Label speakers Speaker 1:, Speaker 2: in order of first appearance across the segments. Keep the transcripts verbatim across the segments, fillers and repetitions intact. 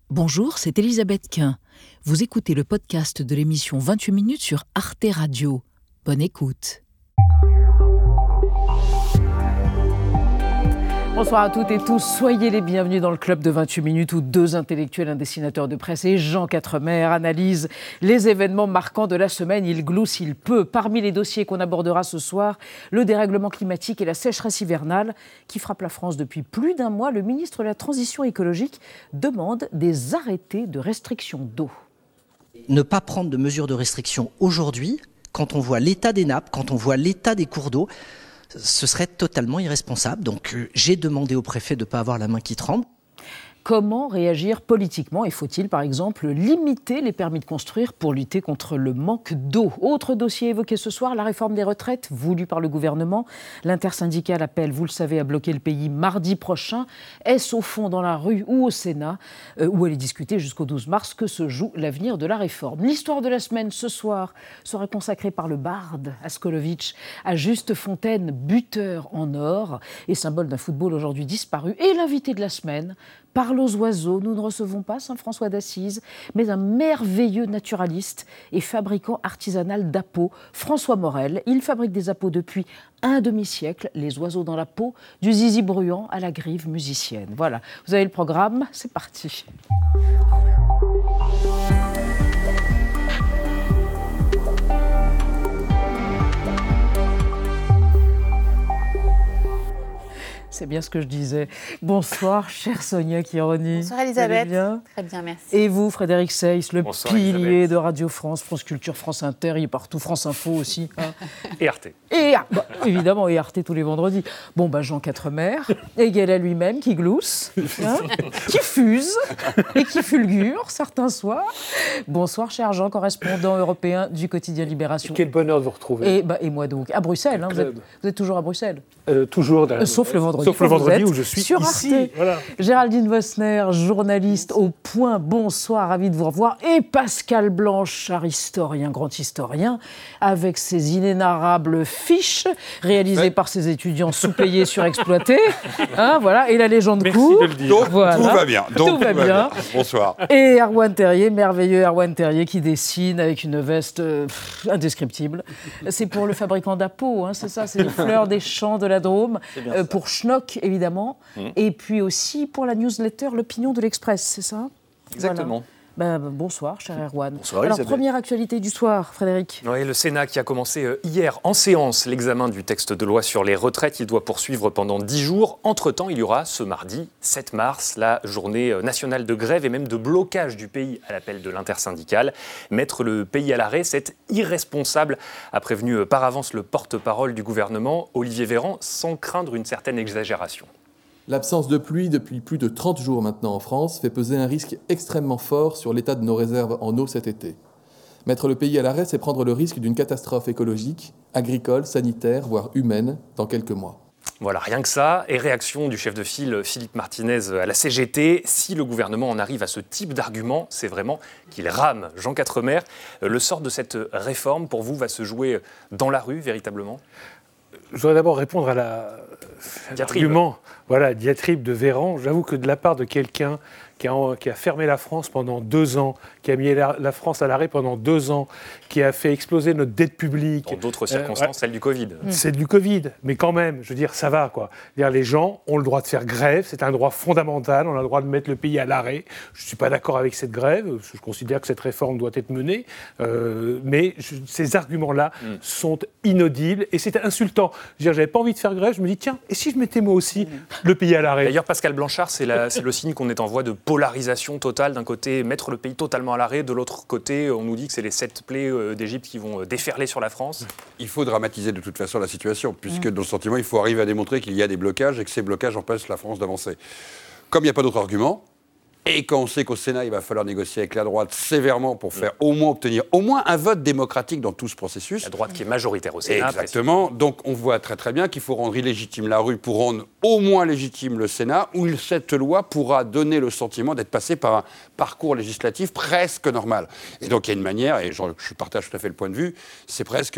Speaker 1: Bonjour, c'est Elisabeth Quint. Vous écoutez le podcast de l'émission vingt-huit minutes sur Arte Radio. Bonne écoute. Bonsoir à toutes et tous, soyez les bienvenus dans le club de vingt-huit minutes où deux intellectuels, un dessinateur de presse et Jean Quatremer analysent les événements marquants de la semaine. Il glousse, il peut. Parmi les dossiers qu'on abordera ce soir, le dérèglement climatique et la sécheresse hivernale qui frappe la France depuis plus d'un mois. Le ministre de la Transition écologique demande des arrêtés de restriction d'eau.
Speaker 2: Ne pas prendre de mesures de restriction aujourd'hui, quand on voit l'état des nappes, quand on voit l'état des cours d'eau, ce serait totalement irresponsable. Donc euh, j'ai demandé au préfet de ne pas avoir la main qui tremble.
Speaker 1: Comment réagir politiquement et faut-il, par exemple, limiter les permis de construire pour lutter contre le manque d'eau ? Autre dossier évoqué ce soir, la réforme des retraites voulue par le gouvernement. L'intersyndicale appelle, vous le savez, à bloquer le pays mardi prochain. Est-ce au fond dans la rue ou au Sénat, euh, où elle est discutée jusqu'au douze mars, que se joue l'avenir de la réforme ? L'histoire de la semaine ce soir sera consacrée par le barde Askolovitch à Juste Fontaine, buteur en or et symbole d'un football aujourd'hui disparu. Et l'invité de la semaine parle aux oiseaux. Nous ne recevons pas Saint-François d'Assise, mais un merveilleux naturaliste et fabricant artisanal d'appos, François Morel. Il fabrique des appos depuis un demi-siècle, les oiseaux dans la peau, du zizi bruyant à la grive musicienne. Voilà, vous avez le programme, c'est parti. C'est bien ce que je disais. Bonsoir, chère Sonia Chironi.
Speaker 3: Bonsoir Elisabeth.
Speaker 1: Bien
Speaker 3: très bien, merci.
Speaker 1: Et vous, Frédéric Seyss, le
Speaker 4: Bonsoir,
Speaker 1: pilier
Speaker 4: Elisabeth.
Speaker 1: de Radio France, France Culture, France Inter, il est partout, France Info aussi. Hein.
Speaker 4: Et Arte.
Speaker 1: Et bah, évidemment, et Arte tous les vendredis. Bon, bah, Jean Quatremer, égal à lui-même, qui glousse, hein, qui fuse et qui fulgure certains soirs. Bonsoir, cher Jean, correspondant européen du quotidien Libération.
Speaker 5: Quel bonheur de vous retrouver.
Speaker 1: Et, bah, et moi donc, à Bruxelles. Hein, vous, êtes, vous êtes toujours à Bruxelles.
Speaker 5: Euh, toujours. Dans...
Speaker 1: Euh, sauf le vendredi.
Speaker 5: Sauf le vendredi où je suis
Speaker 1: sur
Speaker 5: ici.
Speaker 1: Arte.
Speaker 5: Voilà.
Speaker 1: Géraldine Vossner, journaliste au Point. Bonsoir, ravi de vous revoir. Et Pascal Blanchard, historien, grand historien, avec ses inénarrables fiches réalisées ouais. par ses étudiants sous-payés, surexploités. Hein, voilà. Et la légende
Speaker 5: Merci
Speaker 1: court.
Speaker 5: de le dire.
Speaker 6: Donc,
Speaker 1: voilà.
Speaker 6: tout va bien. Donc,
Speaker 1: tout va bien. bien.
Speaker 6: Bonsoir.
Speaker 1: Et Erwan Terrier, merveilleux Erwan Terrier, qui dessine avec une veste euh, pff, indescriptible. C'est pour le fabricant d'appos, hein, c'est ça, c'est les fleurs des champs de la Drôme, euh, pour Schnock, évidemment, mmh. et puis aussi pour la newsletter L'Opinion de l'Express, c'est ça ?
Speaker 4: Exactement.
Speaker 1: Voilà. Ben, bonsoir, cher Erwan.
Speaker 4: Bonsoir,
Speaker 1: Alors,
Speaker 4: Elisabeth.
Speaker 1: première actualité du soir, Frédéric.
Speaker 4: Oui, le Sénat qui a commencé hier en séance l'examen du texte de loi sur les retraites. Il doit poursuivre pendant dix jours. Entre-temps, il y aura ce mardi sept mars la journée nationale de grève et même de blocage du pays à l'appel de l'intersyndicale. Mettre le pays à l'arrêt, c'est irresponsable, a prévenu par avance le porte-parole du gouvernement, Olivier Véran, sans craindre une certaine exagération.
Speaker 7: L'absence de pluie depuis plus de trente jours maintenant en France fait peser un risque extrêmement fort sur l'état de nos réserves en eau cet été. Mettre le pays à l'arrêt, c'est prendre le risque d'une catastrophe écologique, agricole, sanitaire, voire humaine, dans quelques mois.
Speaker 4: Voilà, rien que ça. Et réaction du chef de file Philippe Martinez à la C G T. Si le gouvernement en arrive à ce type d'argument, c'est vraiment qu'il rame. Jean Quatremer, le sort de cette réforme, pour vous, va se jouer dans la rue, véritablement ?
Speaker 5: Je voudrais d'abord répondre à la... l'argument, voilà, diatribe de Véran. J'avoue que de la part de quelqu'un qui a, qui a fermé la France pendant deux ans, qui a mis la, la France à l'arrêt pendant deux ans, qui a fait exploser notre dette publique.
Speaker 4: Dans d'autres circonstances, euh, celle du Covid.
Speaker 5: C'est du Covid, mais quand même, je veux dire, ça va, quoi. Dire, les gens ont le droit de faire grève, c'est un droit fondamental, on a le droit de mettre le pays à l'arrêt. Je ne suis pas d'accord avec cette grève, je considère que cette réforme doit être menée, euh, mais je, ces arguments-là mm. sont inaudibles et c'est insultant. Je veux dire, j'avais pas envie de faire grève, je me dis, tiens, et si je mettais moi aussi mm. le pays à l'arrêt ?
Speaker 4: D'ailleurs, Pascal Blanchard, c'est, la, c'est le signe qu'on est en voie de polarisation totale. D'un côté, mettre le pays totalement à l'arrêt. De l'autre côté, on nous dit que c'est les sept plaies euh, d'Égypte qui vont euh, déferler sur la France.
Speaker 6: Il faut dramatiser de toute façon la situation, puisque mmh. dans le sentiment, il faut arriver à démontrer qu'il y a des blocages et que ces blocages empêchent la France d'avancer. Comme il n'y a pas d'autre argument, et quand on sait qu'au Sénat, il va falloir négocier avec la droite sévèrement pour faire mmh. au moins obtenir au moins un vote démocratique dans tout ce processus.
Speaker 4: La droite qui est majoritaire au Sénat.
Speaker 6: Exactement. Donc on voit très très bien qu'il faut rendre illégitime la rue pour rendre au moins légitime le Sénat, où cette loi pourra donner le sentiment d'être passée par un parcours législatif presque normal. Et donc il y a une manière, et je partage tout à fait le point de vue, c'est presque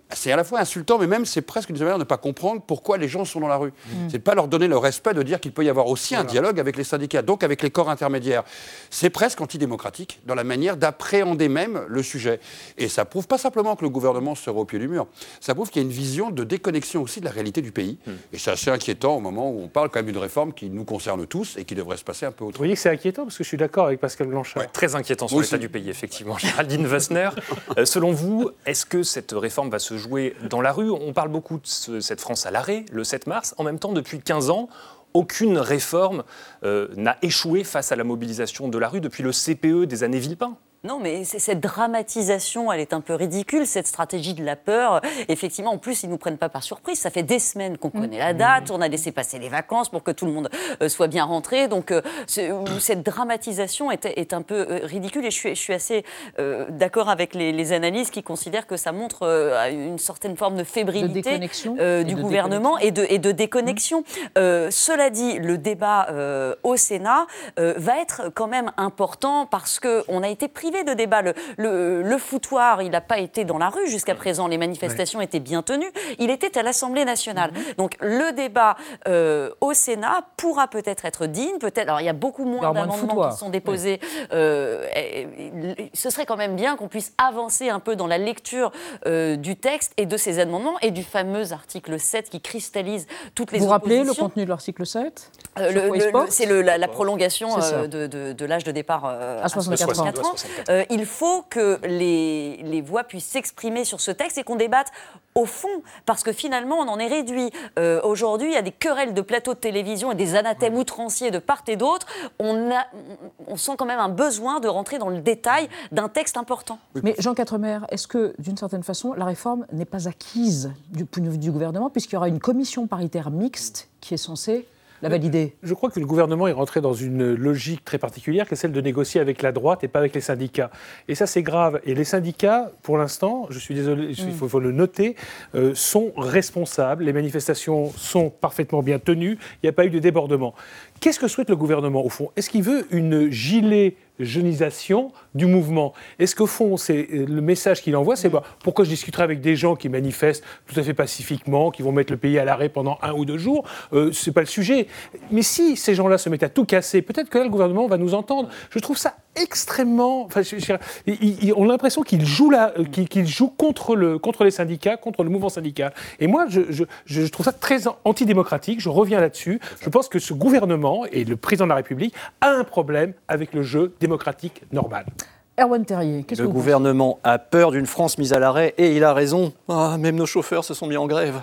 Speaker 6: c'est à la fois insultant, mais même c'est presque une manière de ne pas comprendre pourquoi les gens sont dans la rue. Mmh. C'est de ne pas leur donner le respect de dire qu'il peut y avoir aussi voilà. un dialogue avec les syndicats, donc avec les corps intermédiaires. C'est presque antidémocratique dans la manière d'appréhender même le sujet. Et ça prouve pas simplement que le gouvernement serait au pied du mur, ça prouve qu'il y a une vision de déconnexion aussi de la réalité du pays. Mmh. Et c'est assez inquiétant au moment où on parle quand même d'une réforme qui nous concerne tous et qui devrait se passer un peu autrement.
Speaker 5: Vous voyez que c'est inquiétant parce que je suis d'accord avec Pascal Blanchard.
Speaker 4: Ouais, très inquiétant sur l'état du pays, effectivement. Géraldine Wassner, euh, selon vous, est-ce que cette réforme va se jouer dans la rue? On parle beaucoup de ce, cette France à l'arrêt, le sept mars. En même temps, depuis quinze ans, aucune réforme euh, n'a échoué face à la mobilisation de la rue depuis le C P E des années Villepin.
Speaker 3: Non, mais c'est, cette dramatisation, elle est un peu ridicule, cette stratégie de la peur. Effectivement, en plus, ils ne nous prennent pas par surprise. Ça fait des semaines qu'on connaît mmh. la date, on a laissé passer les vacances pour que tout le monde euh, soit bien rentré. Donc, euh, cette dramatisation est, est un peu euh, ridicule. Et je suis, je suis assez euh, d'accord avec les, les analyses qui considèrent que ça montre euh, une certaine forme de fébrilité
Speaker 1: de
Speaker 3: euh, du gouvernement et de, et de déconnexion. Mmh. Euh, cela dit, le débat euh, au Sénat euh, va être quand même important parce qu'on a été pris de débat. Le, le, le foutoir, il n'a pas été dans la rue jusqu'à présent. Les manifestations ouais. étaient bien tenues. Il était à l'Assemblée nationale. Mmh. Donc le débat euh, au Sénat pourra peut-être être digne. Peut-être. Alors il y a beaucoup moins d'amendements qui sont déposés. Ouais. Euh, et, et, ce serait quand même bien qu'on puisse avancer un peu dans la lecture euh, du texte et de ces amendements et du fameux article sept qui cristallise toutes les
Speaker 1: Vous
Speaker 3: oppositions.
Speaker 1: Vous rappelez le contenu de l'article sept
Speaker 3: euh, le, le, le, C'est le, la, la prolongation euh, de, de, de l'âge de départ euh,
Speaker 1: à soixante-quatre ans.
Speaker 3: Euh, il faut que les, les voix puissent s'exprimer sur ce texte et qu'on débatte au fond, parce que finalement, on en est réduit. Euh, aujourd'hui, il y a des querelles de plateaux de télévision et des anathèmes outranciers de part et d'autre. On, a, on sent quand même un besoin de rentrer dans le détail d'un texte important.
Speaker 1: Mais Jean Quatremer, est-ce que, d'une certaine façon, la réforme n'est pas acquise du point de vue du gouvernement, puisqu'il y aura une commission paritaire mixte qui est censée la valider?
Speaker 5: Je crois que le gouvernement est rentré dans une logique très particulière, qui est celle de négocier avec la droite et pas avec les syndicats. Et ça, c'est grave. Et les syndicats, pour l'instant, je suis désolé, il mmh. faut, faut le noter, euh, sont responsables. Les manifestations sont parfaitement bien tenues. Il n'y a pas eu de débordement. Qu'est-ce que souhaite le gouvernement, au fond? Est-ce qu'il veut une gilet jeunisation du mouvement? Est-ce qu'au fond, c'est le message qu'il envoie, c'est bah, pourquoi je discuterai avec des gens qui manifestent tout à fait pacifiquement, qui vont mettre le pays à l'arrêt pendant un ou deux jours, euh, c'est pas le sujet. Mais si ces gens-là se mettent à tout casser, peut-être que là, le gouvernement va nous entendre. Je trouve ça extrêmement... Enfin, je, je, ils, ils ont l'impression qu'ils jouent, là, qu'ils, qu'ils jouent contre, le, contre les syndicats, contre le mouvement syndical. Et moi, je, je, je trouve ça très antidémocratique. Je reviens là-dessus. Je pense que ce gouvernement et le président de la République a un problème avec le jeu démocratique normal.
Speaker 1: Erwan Terrier, qu'est-ce
Speaker 8: le
Speaker 1: que vous
Speaker 8: gouvernement pensez? A peur d'une France mise à l'arrêt et il a raison. Ah, même nos chauffeurs se sont mis en grève.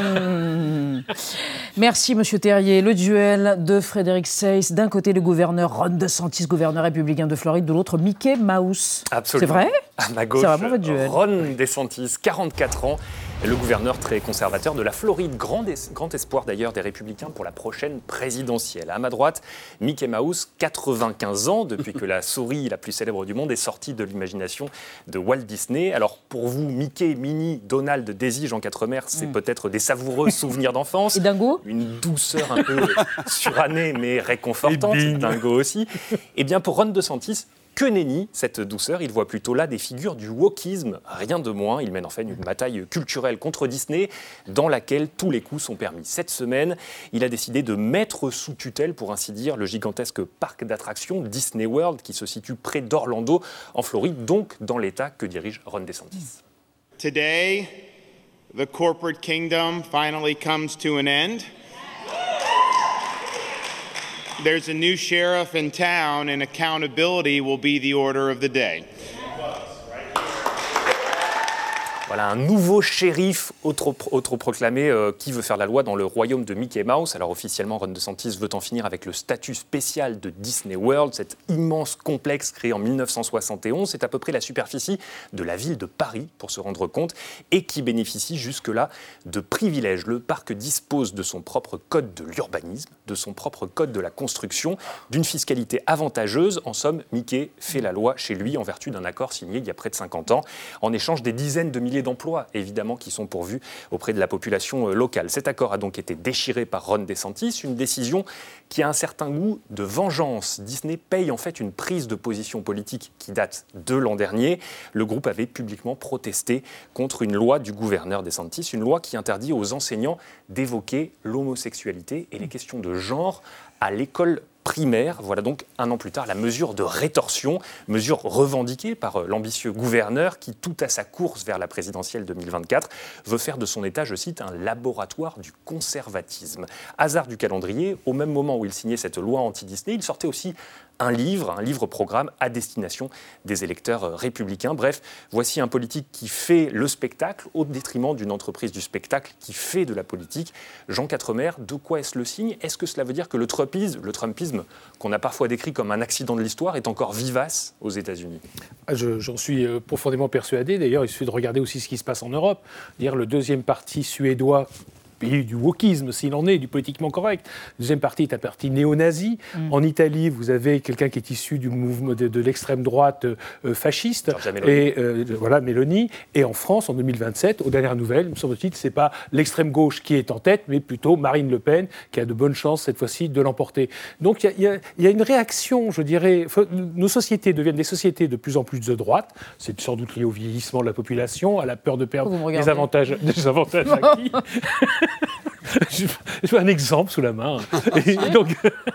Speaker 1: Mmh. Merci, Monsieur Terrier. Le duel de Frédéric Seyss. D'un côté, le gouverneur Ron DeSantis, gouverneur républicain de Floride. De l'autre, Mickey Mouse.
Speaker 4: Absolument.
Speaker 1: C'est vrai?
Speaker 4: À ma gauche,
Speaker 1: c'est vraiment votre duel.
Speaker 4: Ron DeSantis, quarante-quatre ans. Le gouverneur très conservateur de la Floride, grand, es- grand espoir d'ailleurs des Républicains pour la prochaine présidentielle. À ma droite, Mickey Mouse, quatre-vingt-quinze ans, depuis que la souris la plus célèbre du monde est sortie de l'imagination de Walt Disney. Alors pour vous, Mickey, Minnie, Donald, Daisy, Jean Quatremer, c'est mm. peut-être des savoureux souvenirs d'enfance.
Speaker 1: Et Dingo ?
Speaker 4: Une douceur un peu surannée mais réconfortante. Dingo aussi. Eh bien pour Ron DeSantis, que nenni cette douceur, il voit plutôt là des figures du wokisme, rien de moins. Il mène en fait une bataille culturelle contre Disney dans laquelle tous les coups sont permis. Cette semaine, il a décidé de mettre sous tutelle, pour ainsi dire, le gigantesque parc d'attractions Disney World qui se situe près d'Orlando, en Floride, donc dans l'État que dirige Ron DeSantis.
Speaker 9: Today, the corporate kingdom finally comes to an end. There's a new sheriff in town, and accountability will be the order of the day.
Speaker 4: Voilà, un nouveau shérif autoproclamé euh, qui veut faire la loi dans le royaume de Mickey Mouse. Alors officiellement, Ron DeSantis veut en finir avec le statut spécial de Disney World, cet immense complexe créé en mille neuf cent soixante et onze. C'est à peu près la superficie de la ville de Paris, pour se rendre compte, et qui bénéficie jusque-là de privilèges. Le parc dispose de son propre code de l'urbanisme, de son propre code de la construction, d'une fiscalité avantageuse. En somme, Mickey fait la loi chez lui en vertu d'un accord signé il y a près de cinquante ans. En échange des dizaines de milliers d'emplois, évidemment, qui sont pourvus auprès de la population locale. Cet accord a donc été déchiré par Ron DeSantis, une décision qui a un certain goût de vengeance. Disney paye en fait une prise de position politique qui date de l'an dernier. Le groupe avait publiquement protesté contre une loi du gouverneur DeSantis, une loi qui interdit aux enseignants d'évoquer l'homosexualité et les questions de genre à l'école primaire. Voilà donc un an plus tard la mesure de rétorsion, mesure revendiquée par l'ambitieux gouverneur qui, tout à sa course vers la présidentielle deux mille vingt-quatre, veut faire de son État, je cite, un laboratoire du conservatisme. Hasard du calendrier, au même moment où il signait cette loi anti-Disney, il sortait aussi un livre, un livre-programme à destination des électeurs républicains. Bref, voici un politique qui fait le spectacle au détriment d'une entreprise du spectacle qui fait de la politique. Jean Quatremer, de quoi est-ce le signe ? Est-ce que cela veut dire que le Trumpisme, le Trumpisme qu'on a parfois décrit comme un accident de l'histoire, est encore vivace aux États-Unis ?
Speaker 5: Je, J'en suis profondément persuadé. D'ailleurs, il suffit de regarder aussi ce qui se passe en Europe. Dire le deuxième parti suédois, pays du wokisme, s'il en est, du politiquement correct. Le deuxième parti est un parti néo-nazi. Mm. En Italie, vous avez quelqu'un qui est issu du mouvement de, de l'extrême droite euh, fasciste, et euh, voilà, Meloni. Et en France, en deux mille vingt-sept, aux dernières nouvelles, me semble-t-il, c'est pas l'extrême gauche qui est en tête, mais plutôt Marine Le Pen, qui a de bonnes chances cette fois-ci de l'emporter. Donc il y, y, y a une réaction, je dirais. Nos sociétés deviennent des sociétés de plus en plus de droite. C'est sans doute lié au vieillissement de la population, à la peur de perdre des avantages, des avantages acquis. je, je fais un exemple sous la main. Et donc,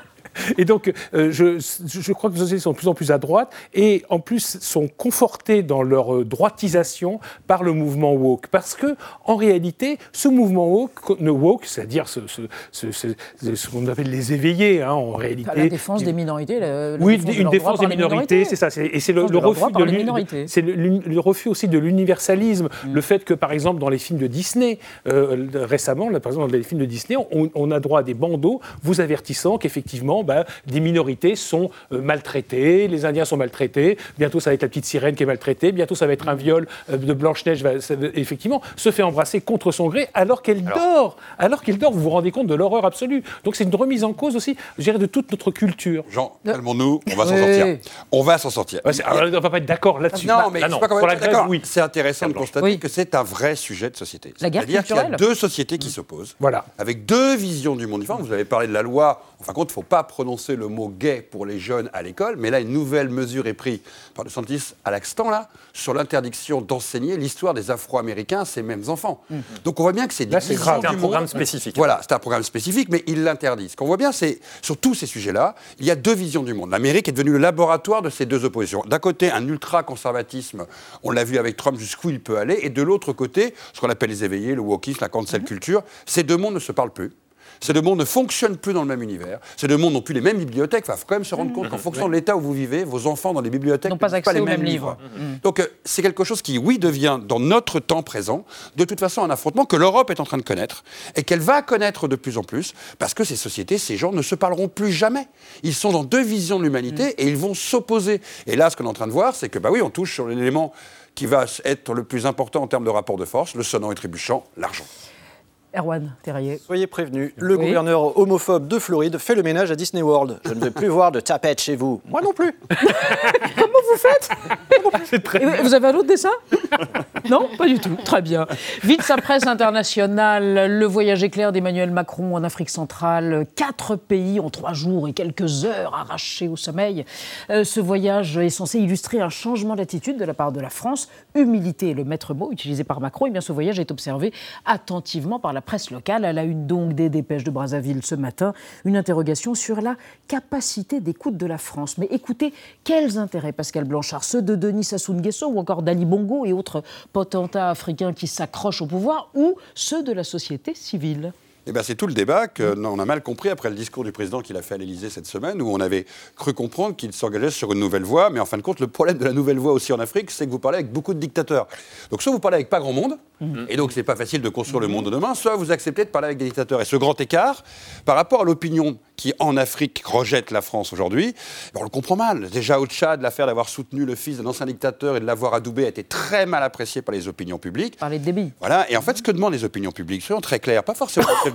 Speaker 5: et donc euh, je, je crois que les sociétés sont de plus en plus à droite et en plus sont confortées dans leur droitisation par le mouvement woke. Parce que, en réalité, ce mouvement woke, woke c'est-à-dire ce, ce, ce, ce, ce qu'on appelle les éveillés, hein, en réalité.
Speaker 1: La défense des minorités. La, la
Speaker 5: oui,
Speaker 1: défense
Speaker 5: une
Speaker 1: de
Speaker 5: défense des minorités, minorités, c'est ça. C'est, et c'est le, le, refus de
Speaker 1: l'uni,
Speaker 5: c'est le, le refus aussi de l'universalisme. Mm. Le fait que, par exemple, dans les films de Disney, euh, récemment, là, par exemple, dans les films de Disney, on, on a droit à des bandeaux vous avertissant qu'effectivement, bah, des minorités sont euh, maltraitées, les Indiens sont maltraités, bientôt ça va être la petite sirène qui est maltraitée, bientôt ça va être un viol euh, de Blanche-Neige, va, ça, effectivement, se fait embrasser contre son gré alors qu'elle alors... dort. Alors qu'elle dort, vous vous rendez compte de l'horreur absolue. Donc c'est une remise en cause aussi, je dirais, de toute notre culture.
Speaker 6: Jean, calmons-nous, on va oui. s'en sortir. On va s'en sortir.
Speaker 5: Ouais, alors, on ne va pas être d'accord là-dessus.
Speaker 6: Non, bah, mais ah, non. Pas pour la grève, oui. C'est intéressant
Speaker 5: la
Speaker 6: de constater oui. que c'est un vrai sujet de société.
Speaker 1: La guerre
Speaker 6: C'est-à-dire
Speaker 1: culturelle.
Speaker 6: qu'il y a deux sociétés qui mmh. s'opposent,
Speaker 5: voilà.
Speaker 6: avec deux visions du monde différentes. Vous avez parlé de la loi. En fin de compte, il ne faut pas prononcer le mot gay pour les jeunes à l'école, mais là, une nouvelle mesure est prise par DeSantis à l'instant, là, sur l'interdiction d'enseigner l'histoire des Afro-Américains à ces mêmes enfants. Mmh. Donc on voit bien que c'est des
Speaker 4: là, c'est grave. C'est un programme monde. spécifique.
Speaker 6: Voilà, c'est un programme spécifique, mais il l'interdit. Ce qu'on voit bien, c'est, sur tous ces sujets-là, il y a deux visions du monde. L'Amérique est devenue le laboratoire de ces deux oppositions. D'un côté, un ultra-conservatisme, on l'a vu avec Trump jusqu'où il peut aller, et de l'autre côté, ce qu'on appelle les éveillés, le wokisme, la cancel mmh. culture, ces deux mondes ne se parlent plus. Ces deux mondes ne fonctionnent plus dans le même univers. Ces deux mondes n'ont plus les mêmes bibliothèques. Il faut quand même se rendre mmh. compte qu'en fonction oui. de l'état où vous vivez, vos enfants dans les bibliothèques
Speaker 1: n'ont pas accès
Speaker 6: pas les
Speaker 1: aux
Speaker 6: mêmes
Speaker 1: mêmes
Speaker 6: livres.
Speaker 1: livres. Mmh.
Speaker 6: Donc euh, c'est quelque chose qui, oui, devient, dans notre temps présent, de toute façon un affrontement que l'Europe est en train de connaître et qu'elle va connaître de plus en plus parce que ces sociétés, ces gens ne se parleront plus jamais. Ils sont dans deux visions de l'humanité mmh. et ils vont s'opposer. Et là, ce qu'on est en train de voir, c'est que, bah oui, on touche sur l'élément qui va être le plus important en termes de rapport de force, le sonnant et trébuchant, l'argent.
Speaker 1: Erwan Terrier.
Speaker 8: Soyez prévenus, le
Speaker 1: oui.
Speaker 8: gouverneur homophobe de Floride fait le ménage à Disney World. Je ne vais plus voir de tapettes chez vous. Moi non plus.
Speaker 1: Comment vous faites C'est très bien. Vous avez un autre dessin? Non, pas du tout. Très bien. Vite sa presse internationale, le voyage éclair d'Emmanuel Macron en Afrique centrale. Quatre pays en trois jours et quelques heures arrachés au sommeil. Euh, ce voyage est censé illustrer un changement d'attitude de la part de la France. Humilité est le maître mot utilisé par Macron. Et bien ce voyage est observé attentivement par la presse locale. À la une donc des dépêches de Brazzaville ce matin, une interrogation sur la capacité d'écoute de la France. Mais écoutez, quels intérêts, Pascal Blanchard, ceux de Denis Sassou Nguesso ou encore d'Ali Bongo et autres potentats africains qui s'accrochent au pouvoir, ou ceux de la société civile?
Speaker 6: Eh ben, c'est tout le débat qu'on a mal compris après le discours du président qu'il a fait à l'Élysée cette semaine, où on avait cru comprendre qu'il s'engageait sur une nouvelle voie. Mais en fin de compte, le problème de la nouvelle voie aussi en Afrique, c'est que vous parlez avec beaucoup de dictateurs. Donc soit vous parlez avec pas grand monde, mmh. et donc c'est pas facile de construire mmh. le monde de demain, soit vous acceptez de parler avec des dictateurs. Et ce grand écart, par rapport à l'opinion qui, en Afrique, rejette la France aujourd'hui, ben on le comprend mal. Déjà au Tchad, l'affaire d'avoir soutenu le fils d'un ancien dictateur et de l'avoir adoubé a été très mal appréciée par les opinions publiques.
Speaker 1: Par les débits.
Speaker 6: Voilà. Et en fait, ce que demandent les opinions publiques, soyons très clairs, pas forcément le chef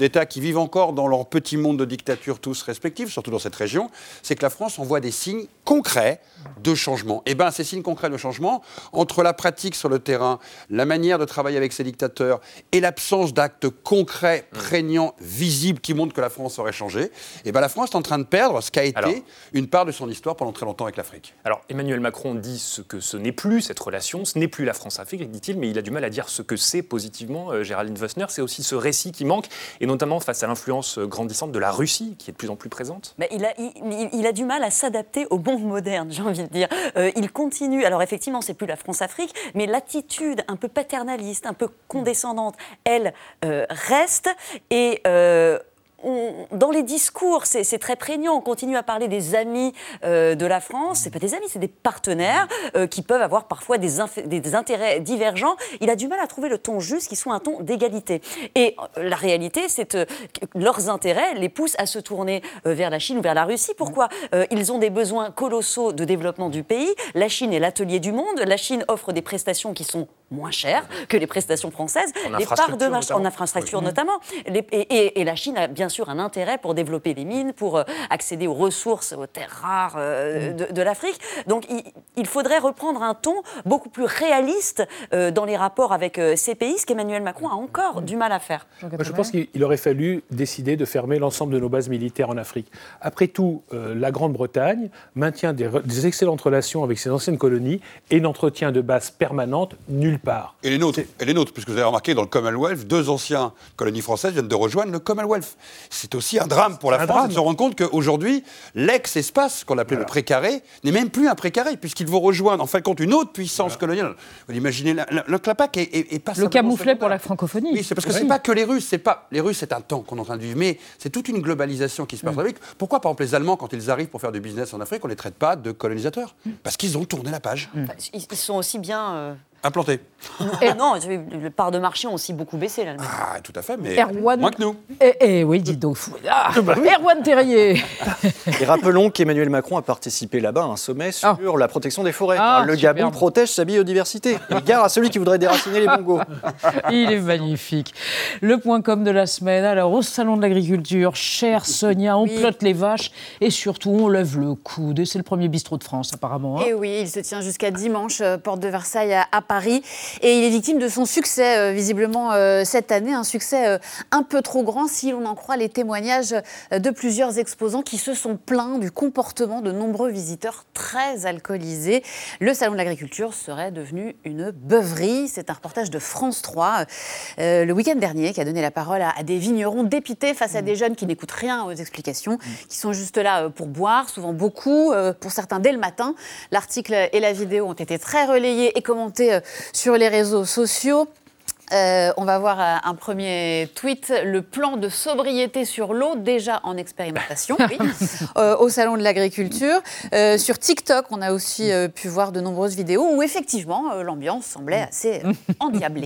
Speaker 6: d'États qui vivent encore dans leur petit monde de dictature tous respectifs, surtout dans cette région, c'est que la France envoie des signes concrets de changement. Et bien, ces signes concrets de changement, entre la pratique sur le terrain, la manière de travailler avec ces dictateurs et l'absence d'actes concrets, prégnants, visibles, qui montrent que la France aurait changé, et ben la France est en train de perdre ce qu'a été alors, une part de son histoire pendant très longtemps avec l'Afrique.
Speaker 4: Alors, Emmanuel Macron dit ce que ce n'est plus, cette relation, ce n'est plus la France-Afrique, dit-il, mais il a du mal à dire ce que c'est positivement. Euh, Géraldine Wössner, c'est aussi ce récit qui manque, et notamment face à l'influence grandissante de la Russie, qui est de plus en plus présente.
Speaker 3: Mais il, a, il, il a du mal à s'adapter au monde moderne, j'ai envie de dire. Euh, il continue, alors effectivement, c'est plus la France-Afrique, mais l'attitude un peu paternaliste, un peu condescendante, elle euh, reste, et... Euh, On, dans les discours, c'est, c'est très prégnant. On continue à parler des amis euh, de la France. C'est pas des amis, c'est des partenaires euh, qui peuvent avoir parfois des, inf- des intérêts divergents. Il a du mal à trouver le ton juste qui soit un ton d'égalité. Et euh, la réalité, c'est que leurs intérêts les poussent à se tourner euh, vers la Chine ou vers la Russie. Pourquoi ? euh, Ils ont des besoins colossaux de développement du pays. La Chine est l'atelier du monde. La Chine offre des prestations qui sont moins chères que les prestations françaises.
Speaker 4: En
Speaker 3: les parts de
Speaker 4: marché,
Speaker 3: en infrastructure oui. notamment. Les, et, et, et la Chine a bien sûr un intérêt pour développer les mines, pour euh, accéder aux ressources, aux terres rares euh, de, de l'Afrique. Donc il, il faudrait reprendre un ton beaucoup plus réaliste euh, dans les rapports avec euh, ces pays, ce qu'Emmanuel Macron a encore du mal à faire.
Speaker 5: Moi, je pense qu'il aurait fallu décider de fermer l'ensemble de nos bases militaires en Afrique. Après tout, euh, la Grande-Bretagne maintient des, des excellentes relations avec ses anciennes colonies et n'entretient de bases permanentes nulle part.
Speaker 6: Et les nôtres, et les nôtres, puisque vous avez remarqué, dans le Commonwealth, deux anciennes colonies françaises viennent de rejoindre le Commonwealth. C'est aussi un drame pour la un France drame. de se rendre compte qu'aujourd'hui, l'ex-espace qu'on appelait voilà. le précaré n'est même plus un précaré, puisqu'ils vont rejoindre en fin de compte une autre puissance voilà. coloniale. Vous imaginez, la, la, le clapac est, est, est pas
Speaker 1: le camouflet pour la francophonie.
Speaker 6: Oui, c'est parce que oui. c'est pas que les Russes, c'est pas les Russes, c'est un temps qu'on est en train de vivre, mais c'est toute une globalisation qui se passe mmh. avec. Pourquoi, par exemple, les Allemands, quand ils arrivent pour faire du business en Afrique, on les traite pas de colonisateurs ? mmh. Parce qu'ils ont tourné la page.
Speaker 3: Mmh. Ils sont aussi bien. Euh...
Speaker 6: implantés.
Speaker 3: Et non, les parts de marché ont aussi beaucoup baissé, l'Allemagne.
Speaker 6: Ah, tout à fait, mais
Speaker 1: Erwan...
Speaker 6: moins que nous.
Speaker 1: Eh, eh oui, dis donc. Ah, Erwan Terrier.
Speaker 8: Et rappelons qu'Emmanuel Macron a participé là-bas à un sommet sur oh. la protection des forêts. Ah, le Gabon protège sa biodiversité. Et gare à celui qui voudrait déraciner les bongos.
Speaker 1: Il est magnifique. Le point com de la semaine. Alors, au Salon de l'Agriculture, chère Sonia, on oui. plotte les vaches et surtout, on lève le coude. Et c'est le premier bistrot de France, apparemment. Hein.
Speaker 10: Et oui, il se tient jusqu'à dimanche, porte de Versailles à, à Paris. Et il est victime de son succès, euh, visiblement, euh, cette année. Un succès euh, un peu trop grand, si l'on en croit les témoignages euh, de plusieurs exposants qui se sont plaints du comportement de nombreux visiteurs très alcoolisés. Le Salon de l'Agriculture serait devenu une beuverie. C'est un reportage de France trois, euh, le week-end dernier, qui a donné la parole à, à des vignerons dépités face à des jeunes qui n'écoutent rien aux explications, qui sont juste là euh, pour boire, souvent beaucoup, euh, pour certains dès le matin. L'article et la vidéo ont été très relayés et commentés euh, sur les réseaux sociaux. Euh, on va voir un, un premier tweet. Le plan de sobriété sur l'eau, déjà en expérimentation, oui, euh, au Salon de l'Agriculture. Euh, sur TikTok, on a aussi euh, pu voir de nombreuses vidéos où, effectivement, euh, l'ambiance semblait assez euh, endiablée.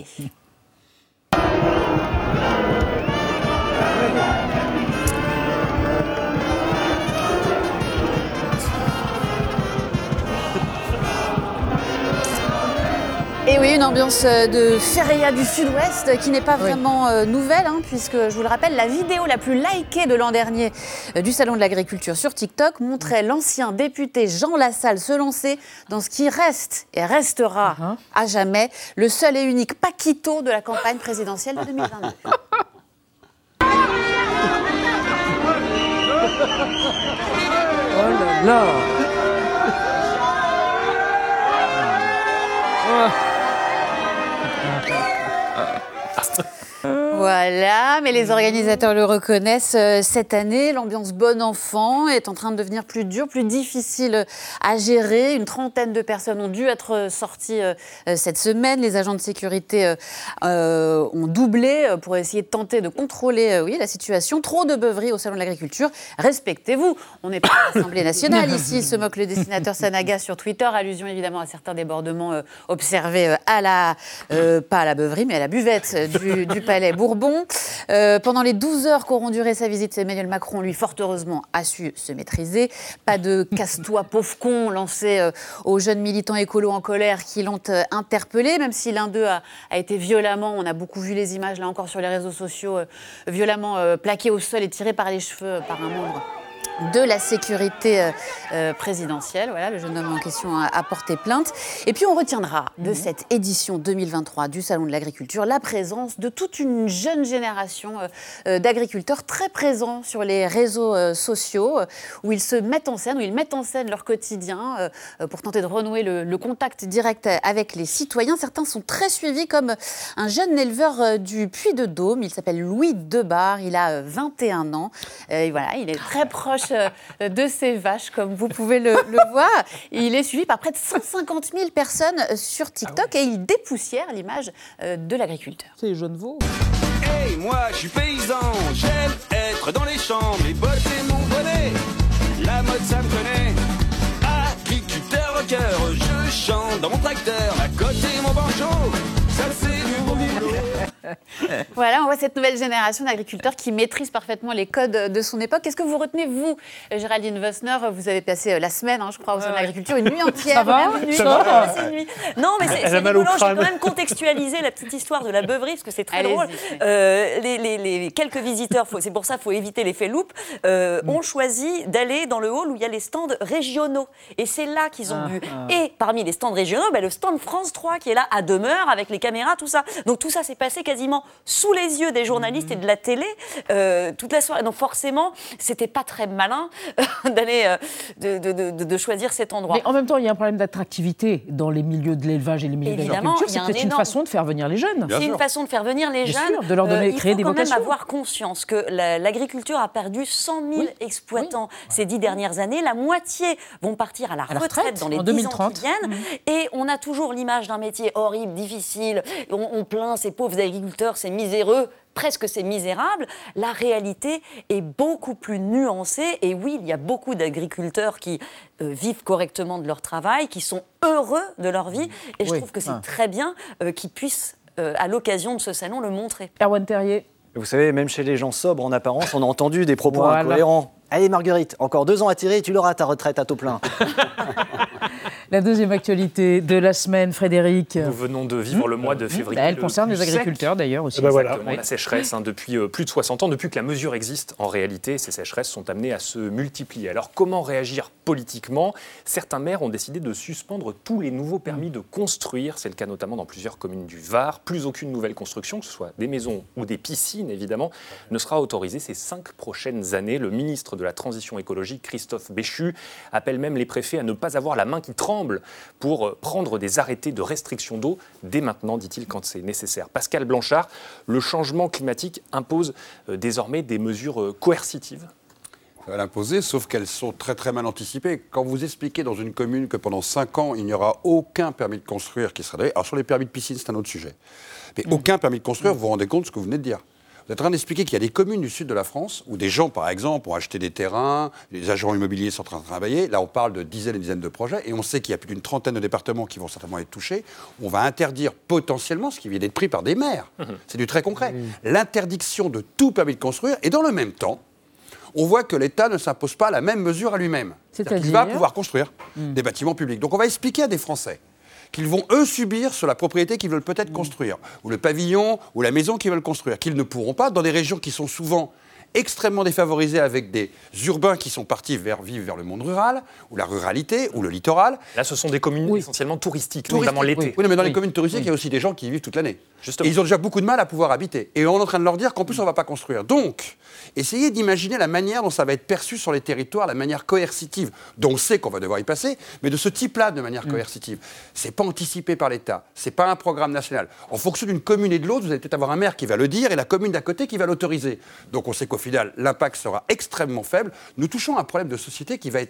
Speaker 10: Et oui, une ambiance de feria du Sud-Ouest qui n'est pas vraiment oui. euh, nouvelle, hein, puisque, je vous le rappelle, la vidéo la plus likée de l'an dernier euh, du Salon de l'Agriculture sur TikTok montrait l'ancien député Jean Lassalle se lancer dans ce qui reste et restera uh-huh. à jamais le seul et unique Paquito de la campagne présidentielle de deux mille vingt-deux.
Speaker 1: Oh là là. Oh.
Speaker 10: Voilà, mais les organisateurs le reconnaissent. Euh, cette année, l'ambiance bon enfant est en train de devenir plus dure, plus difficile à gérer. Une trentaine de personnes ont dû être sorties euh, cette semaine. Les agents de sécurité euh, ont doublé pour essayer de tenter de contrôler euh, oui, la situation. Trop de beuveries au Salon de l'Agriculture. Respectez-vous. On n'est pas à l'Assemblée nationale ici, se moque le dessinateur Sanaga sur Twitter. Allusion évidemment à certains débordements euh, observés euh, à la, euh, pas à la beuverie, mais à la buvette du, du Palais Bourbon. Bourbon. Euh, pendant les douze heures qu'auront duré sa visite, Emmanuel Macron, lui, fort heureusement, a su se maîtriser. Pas de casse-toi, pauvre con, lancé euh, aux jeunes militants écolos en colère qui l'ont euh, interpellé, même si l'un d'eux a, a été violemment, on a beaucoup vu les images là encore sur les réseaux sociaux, euh, violemment euh, plaqué au sol et tiré par les cheveux euh, par un membre de la sécurité euh, euh, présidentielle. Voilà, le jeune homme en question a, a porté plainte. Et puis on retiendra de mmh. cette édition deux mille vingt-trois du Salon de l'Agriculture la présence de toute une jeune génération euh, euh, d'agriculteurs très présents sur les réseaux euh, sociaux, euh, où ils se mettent en scène, où ils mettent en scène leur quotidien euh, pour tenter de renouer le, le contact direct avec les citoyens. Certains sont très suivis, comme un jeune éleveur euh, du Puy-de-Dôme. Il s'appelle Louis Debar, il a euh, vingt et un ans. Euh, et voilà, il est très proche de ces vaches, comme vous pouvez le, le voir. Il est suivi par près de cent cinquante mille personnes sur TikTok ah oui. et il dépoussière l'image de l'agriculteur.
Speaker 1: C'est les jeunes veaux.
Speaker 11: Hey, moi, je suis paysan, j'aime être dans les champs, mes bottes et mon bonnet, la mode, ça me connaît. Agriculteur au cœur, je chante dans mon tracteur, à côté mon banjo, ça c'est du beau boulot.
Speaker 10: Voilà, on voit cette nouvelle génération d'agriculteurs qui maîtrisent parfaitement les codes de son époque. Qu'est-ce que vous retenez, vous, Géraldine Vossner? Vous avez passé la semaine, hein, je crois, au sein de l'agriculture, une nuit entière.
Speaker 1: Ça va,
Speaker 10: une nuit.
Speaker 1: Ça va.
Speaker 3: C'est une nuit. Non, mais c'est, c'est rigolo. J'ai quand même contextualisé la petite histoire de la beuverie, parce que c'est très Allez-y. drôle. Euh, les, les, les quelques visiteurs, faut, c'est pour ça qu'il faut éviter l'effet loupe, euh, mm. ont choisi d'aller dans le hall où il y a les stands régionaux. Et c'est là qu'ils ont ah, bu. Ah. Et parmi les stands régionaux, bah, le stand France trois qui est là à demeure, avec les caméras, tout ça. Donc tout ça s'est passé quasiment sous les yeux des journalistes mmh. et de la télé euh, toute la soirée. Donc forcément, c'était pas très malin euh, d'aller euh, de, de, de, de choisir cet endroit.
Speaker 1: Mais en même temps, il y a un problème d'attractivité dans les milieux de l'élevage et les milieux
Speaker 3: Évidemment,
Speaker 1: de l'agriculture. C'est peut-être énorme... une façon de faire venir les jeunes.
Speaker 3: Bien C'est sûr. une façon de faire venir les
Speaker 1: Bien
Speaker 3: jeunes.
Speaker 1: Sûr, de leur donner,
Speaker 3: euh,
Speaker 1: créer des vocations.
Speaker 3: Il faut quand même avoir conscience que la, l'agriculture a perdu cent mille oui. exploitants oui. ces dix dernières années. La moitié vont partir à la, à la retraite, retraite dans les dix ans qui viennent. Mmh. Et on a toujours l'image d'un métier horrible, difficile. On, on plaint ces pauvres agriculteurs, c'est miséreux. Presque c'est misérable, la réalité est beaucoup plus nuancée. Et oui, il y a beaucoup d'agriculteurs qui euh, vivent correctement de leur travail, qui sont heureux de leur vie. Et je oui. trouve que c'est ah. très bien euh, qu'ils puissent, euh, à l'occasion de ce salon, le montrer.
Speaker 1: Erwan Terrier.
Speaker 8: Vous savez, même chez les gens sobres en apparence, on a entendu des propos voilà. incohérents. Allez Marguerite, encore deux ans à tirer et tu l'auras ta retraite à taux plein.
Speaker 1: La deuxième actualité de la semaine, Frédéric.
Speaker 4: Nous venons de vivre mmh. le mois de février.
Speaker 1: Bah, elle concerne les agriculteurs sec. D'ailleurs aussi.
Speaker 4: Ben voilà. La sécheresse, hein, depuis euh, plus de soixante ans, depuis que la mesure existe, en réalité, ces sécheresses sont amenées à se multiplier. Alors comment réagir politiquement? Certains maires ont décidé de suspendre tous les nouveaux permis de construire. C'est le cas notamment dans plusieurs communes du Var. Plus aucune nouvelle construction, que ce soit des maisons ou des piscines, évidemment, ne sera autorisée ces cinq prochaines années. Le ministre de la Transition écologique, Christophe Béchu, appelle même les préfets à ne pas avoir la main qui tremble pour prendre des arrêtés de restriction d'eau dès maintenant, dit-il, quand c'est nécessaire. Pascal Blanchard, le changement climatique impose désormais des mesures coercitives.
Speaker 6: Ça va l'imposer, sauf qu'elles sont très très mal anticipées. Quand vous expliquez dans une commune que pendant cinq ans, il n'y aura aucun permis de construire qui sera donné, alors sur les permis de piscine, c'est un autre sujet, mais mmh. aucun permis de construire, vous vous rendez compte de ce que vous venez de dire. Vous êtes en train d'expliquer qu'il y a des communes du sud de la France où des gens, par exemple, ont acheté des terrains, les agents immobiliers sont en train de travailler. Là, on parle de dizaines et dizaines de projets et on sait qu'il y a plus d'une trentaine de départements qui vont certainement être touchés. On va interdire potentiellement ce qui vient d'être pris par des maires. Mmh. C'est du très concret. Mmh. L'interdiction de tout permis de construire et dans le même temps, on voit que l'État ne s'impose pas la même mesure à lui-même. C'est-à-dire, C'est-à-dire qu'il va pouvoir construire mmh. des bâtiments publics. Donc on va expliquer à des Français qu'ils vont, eux, subir sur la propriété qu'ils veulent peut-être mmh. construire, ou le pavillon, ou la maison qu'ils veulent construire, qu'ils ne pourront pas, dans des régions qui sont souvent extrêmement défavorisées, avec des urbains qui sont partis vers, vivre vers le monde rural, ou la ruralité, ou le littoral.
Speaker 4: Là, ce sont des communes oui. essentiellement touristiques, Touristique, notamment l'été.
Speaker 6: Oui, oui mais dans
Speaker 4: oui.
Speaker 6: les communes touristiques, oui. il y a aussi des gens qui y vivent toute l'année.
Speaker 4: Justement.
Speaker 6: Et ils ont déjà beaucoup de mal à pouvoir habiter. Et on est en train de leur dire qu'en plus, on ne va pas construire. Donc, essayez d'imaginer la manière dont ça va être perçu sur les territoires, la manière coercitive, dont on sait qu'on va devoir y passer, mais de ce type-là, de manière mmh. coercitive. Ce n'est pas anticipé par l'État, ce n'est pas un programme national. En fonction d'une commune et de l'autre, vous allez peut-être avoir un maire qui va le dire et la commune d'à côté qui va l'autoriser. Donc on sait qu'au final, l'impact sera extrêmement faible. Nous touchons à un problème de société qui va être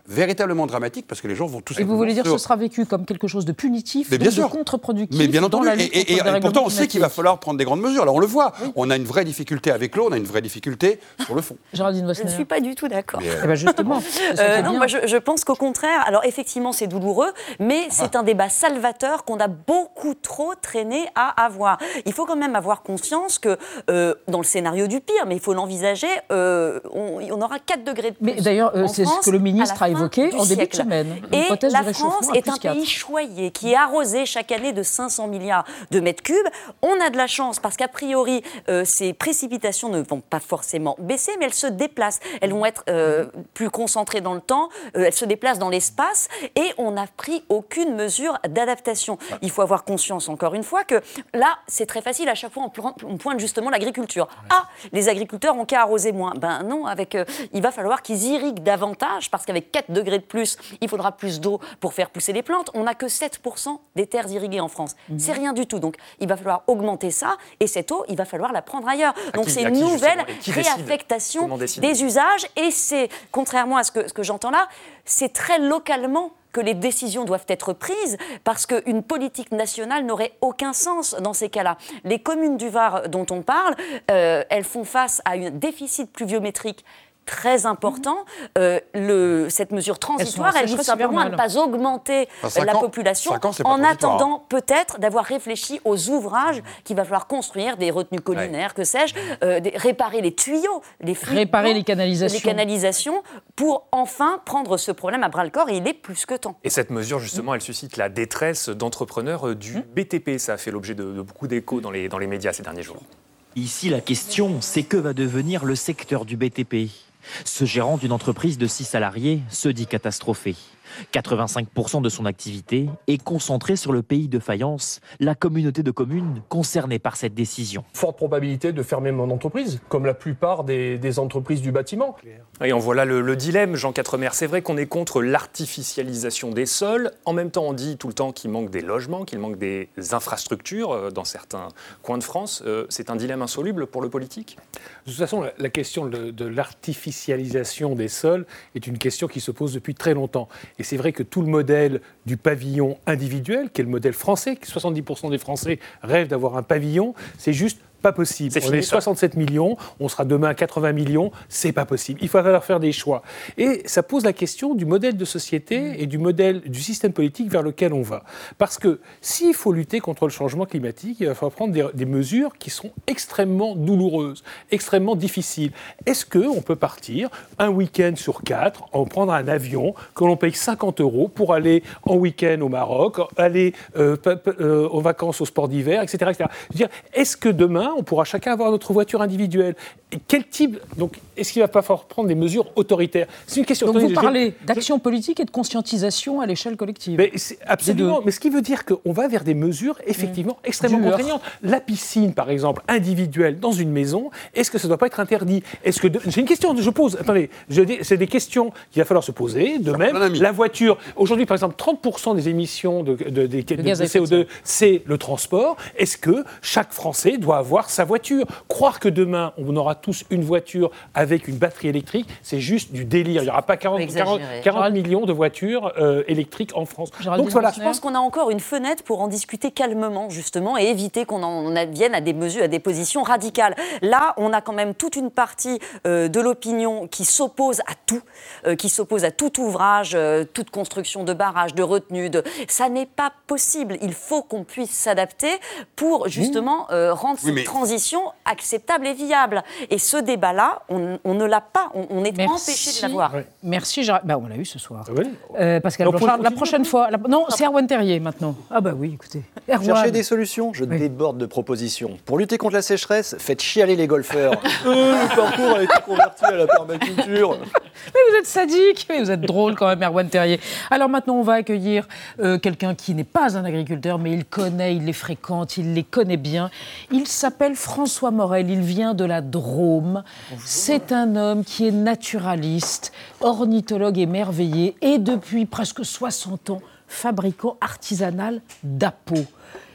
Speaker 6: véritablement dramatique parce que les gens vont tout
Speaker 1: Et
Speaker 6: simplement...
Speaker 1: vous voulez dire que
Speaker 6: sur...
Speaker 1: ce sera vécu comme quelque chose de punitif,
Speaker 6: mais bien
Speaker 1: donc
Speaker 6: sûr.
Speaker 1: de contre-productif?
Speaker 6: Mais bien entendu.
Speaker 1: Dans la
Speaker 6: Et,
Speaker 1: lutte
Speaker 6: et, et,
Speaker 1: contre
Speaker 6: et pourtant, on
Speaker 1: climatiques.
Speaker 6: sait qu'il va falloir prendre des grandes mesures. Alors on le voit. Oui. On a une vraie difficulté avec l'eau, on a une vraie difficulté sur le fond.
Speaker 3: Géraldine Wassenaer. Je ne suis pas du tout d'accord.
Speaker 6: Mais, euh...
Speaker 1: eh ben justement.
Speaker 3: euh, non, moi je, je pense qu'au contraire, alors effectivement c'est douloureux, mais c'est ah. un débat salvateur qu'on a beaucoup trop traîné à avoir. Il faut quand même avoir conscience que euh, dans le scénario du pire, mais il faut l'envisager, euh, on, on aura quatre degrés de plus.
Speaker 1: Mais d'ailleurs, euh, c'est
Speaker 3: France,
Speaker 1: ce que le ministre a évoqué en début de semaine.
Speaker 3: Et la France est un pays choyé qui est arrosé chaque année de cinq cents milliards de mètres cubes. On a de la chance parce qu'a priori, euh, ces précipitations ne vont pas forcément baisser, mais elles se déplacent. Elles vont être euh, plus concentrées dans le temps, euh, elles se déplacent dans l'espace et on n'a pris aucune mesure d'adaptation. Il faut avoir conscience, encore une fois, que là, c'est très facile. À chaque fois, on pointe justement l'agriculture. Ah, les agriculteurs ont qu'à arroser moins. Ben non, avec, euh, il va falloir qu'ils irriguent davantage parce qu'avec quatre degrés de plus, il faudra plus d'eau pour faire pousser les plantes. On n'a que sept pour cent des terres irriguées en France. Mmh. C'est rien du tout. Donc, il va falloir augmenter ça et cette eau, il va falloir la prendre ailleurs. Donc, c'est une nouvelle réaffectation des usages et c'est, contrairement à ce que, ce que j'entends là, c'est très localement que les décisions doivent être prises parce qu'une politique nationale n'aurait aucun sens dans ces cas-là. Les communes du Var dont on parle, euh, elles font face à un déficit pluviométrique très important. Euh, le, cette mesure transitoire, elle vise simplement à ne pas augmenter enfin, la ans, population ans, en attendant peut-être d'avoir réfléchi aux ouvrages qu'il va falloir construire, des retenues collinaires, ouais. que sais-je, euh, des, réparer les tuyaux, les fuites,
Speaker 1: réparer les canalisations.
Speaker 3: les canalisations pour enfin prendre ce problème à bras-le-corps et il est plus que temps.
Speaker 4: Et cette mesure, justement, mmh. elle suscite la détresse d'entrepreneurs du mmh. B T P. Ça a fait l'objet de, de beaucoup d'échos dans les, dans les médias ces derniers jours.
Speaker 12: Ici, la question, c'est que va devenir le secteur du B T P ? Ce gérant d'une entreprise de six salariés se dit catastrophé. quatre-vingt-cinq pour cent de son activité est concentrée sur le pays de Fayence, la communauté de communes concernée par cette décision.
Speaker 13: Forte probabilité de fermer mon entreprise, comme la plupart des, des entreprises du bâtiment.
Speaker 4: Et en voilà le, le dilemme, Jean Quatremer. C'est vrai qu'on est contre l'artificialisation des sols. En même temps, on dit tout le temps qu'il manque des logements, qu'il manque des infrastructures dans certains coins de France. C'est un dilemme insoluble pour le politique ?
Speaker 5: De toute façon, la, la question de, de l'artificialisation des sols est une question qui se pose depuis très longtemps. Et c'est vrai que tout le modèle du pavillon individuel, qui est le modèle français, que soixante-dix pour cent des Français rêvent d'avoir un pavillon, c'est juste pas possible.
Speaker 4: C'est
Speaker 5: on
Speaker 4: fini,
Speaker 5: est soixante-sept millions, on sera demain à quatre-vingts millions, c'est pas possible. Il va falloir faire des choix. Et ça pose la question du modèle de société et du modèle du système politique vers lequel on va. Parce que s'il faut lutter contre le changement climatique, il va falloir prendre des, des mesures qui sont extrêmement douloureuses, extrêmement difficiles. Est-ce qu'on peut partir un week-end sur quatre, en prendre un avion, que l'on paye cinquante euros pour aller en week-end au Maroc, aller euh, p- p- euh, aux vacances au sport d'hiver, et cetera, et cetera. Je veux dire, est-ce que demain, on pourra chacun avoir notre voiture individuelle. Et quel type... Donc, est-ce qu'il ne va pas falloir prendre des mesures autoritaires ? C'est une question...
Speaker 1: Donc, vous
Speaker 5: je...
Speaker 1: parlez d'action politique et de conscientisation à l'échelle collective.
Speaker 5: Mais c'est absolument. Mais ce qui veut dire qu'on va vers des mesures, effectivement, mmh. extrêmement Dur. contraignantes. La piscine, par exemple, individuelle, dans une maison, est-ce que ça ne doit pas être interdit ? Est-ce que... De... C'est une question que je pose. Attendez, je dis... c'est des questions qu'il va falloir se poser. De même, la voiture... Aujourd'hui, par exemple, trente pour cent des émissions de, de, de, de, de, de C O deux, c'est le transport. Est-ce que chaque Français doit avoir sa voiture ? Croire que demain, on aura tous une voiture avec une batterie électrique, c'est juste du délire. Il n'y aura pas quarante, quarante, quarante millions de voitures euh, électriques en France.
Speaker 3: Donc voilà. Je pense qu'on a encore une fenêtre pour en discuter calmement, justement, et éviter qu'on en vienne à des mesures, à des positions radicales. Là, on a quand même toute une partie euh, de l'opinion qui s'oppose à tout, euh, qui s'oppose à tout ouvrage, euh, toute construction de barrages, de retenues. De... Ça n'est pas possible. Il faut qu'on puisse s'adapter pour, justement, euh, rendre oui, cette mais... transition acceptable et viable. Et ce débat-là, on, on ne l'a pas. On, on est
Speaker 1: Merci.
Speaker 3: empêché de l'avoir.
Speaker 1: Oui. Merci. Gérard... Ben, on l'a eu ce soir.
Speaker 5: Oui.
Speaker 1: Euh, Pascal Blanchard, la prochaine fois... La... Non, c'est Erwan Terrier, maintenant. Ah bah oui, écoutez.
Speaker 8: Erwan. Cherchez des solutions, je oui. déborde de propositions. Pour lutter contre la sécheresse, faites chialer les golfeurs. euh, le parcours a été converti à la permaculture.
Speaker 1: Mais vous êtes sadique, mais vous êtes drôle quand même, Erwan Terrier. Alors maintenant, on va accueillir euh, quelqu'un qui n'est pas un agriculteur, mais il connaît, il les fréquente, il les connaît bien. Il s'appelle François Morel, il vient de la Drôme. Bonjour. C'est un homme qui est naturaliste, ornithologue émerveillé et depuis presque soixante ans, fabricant artisanal d'appos.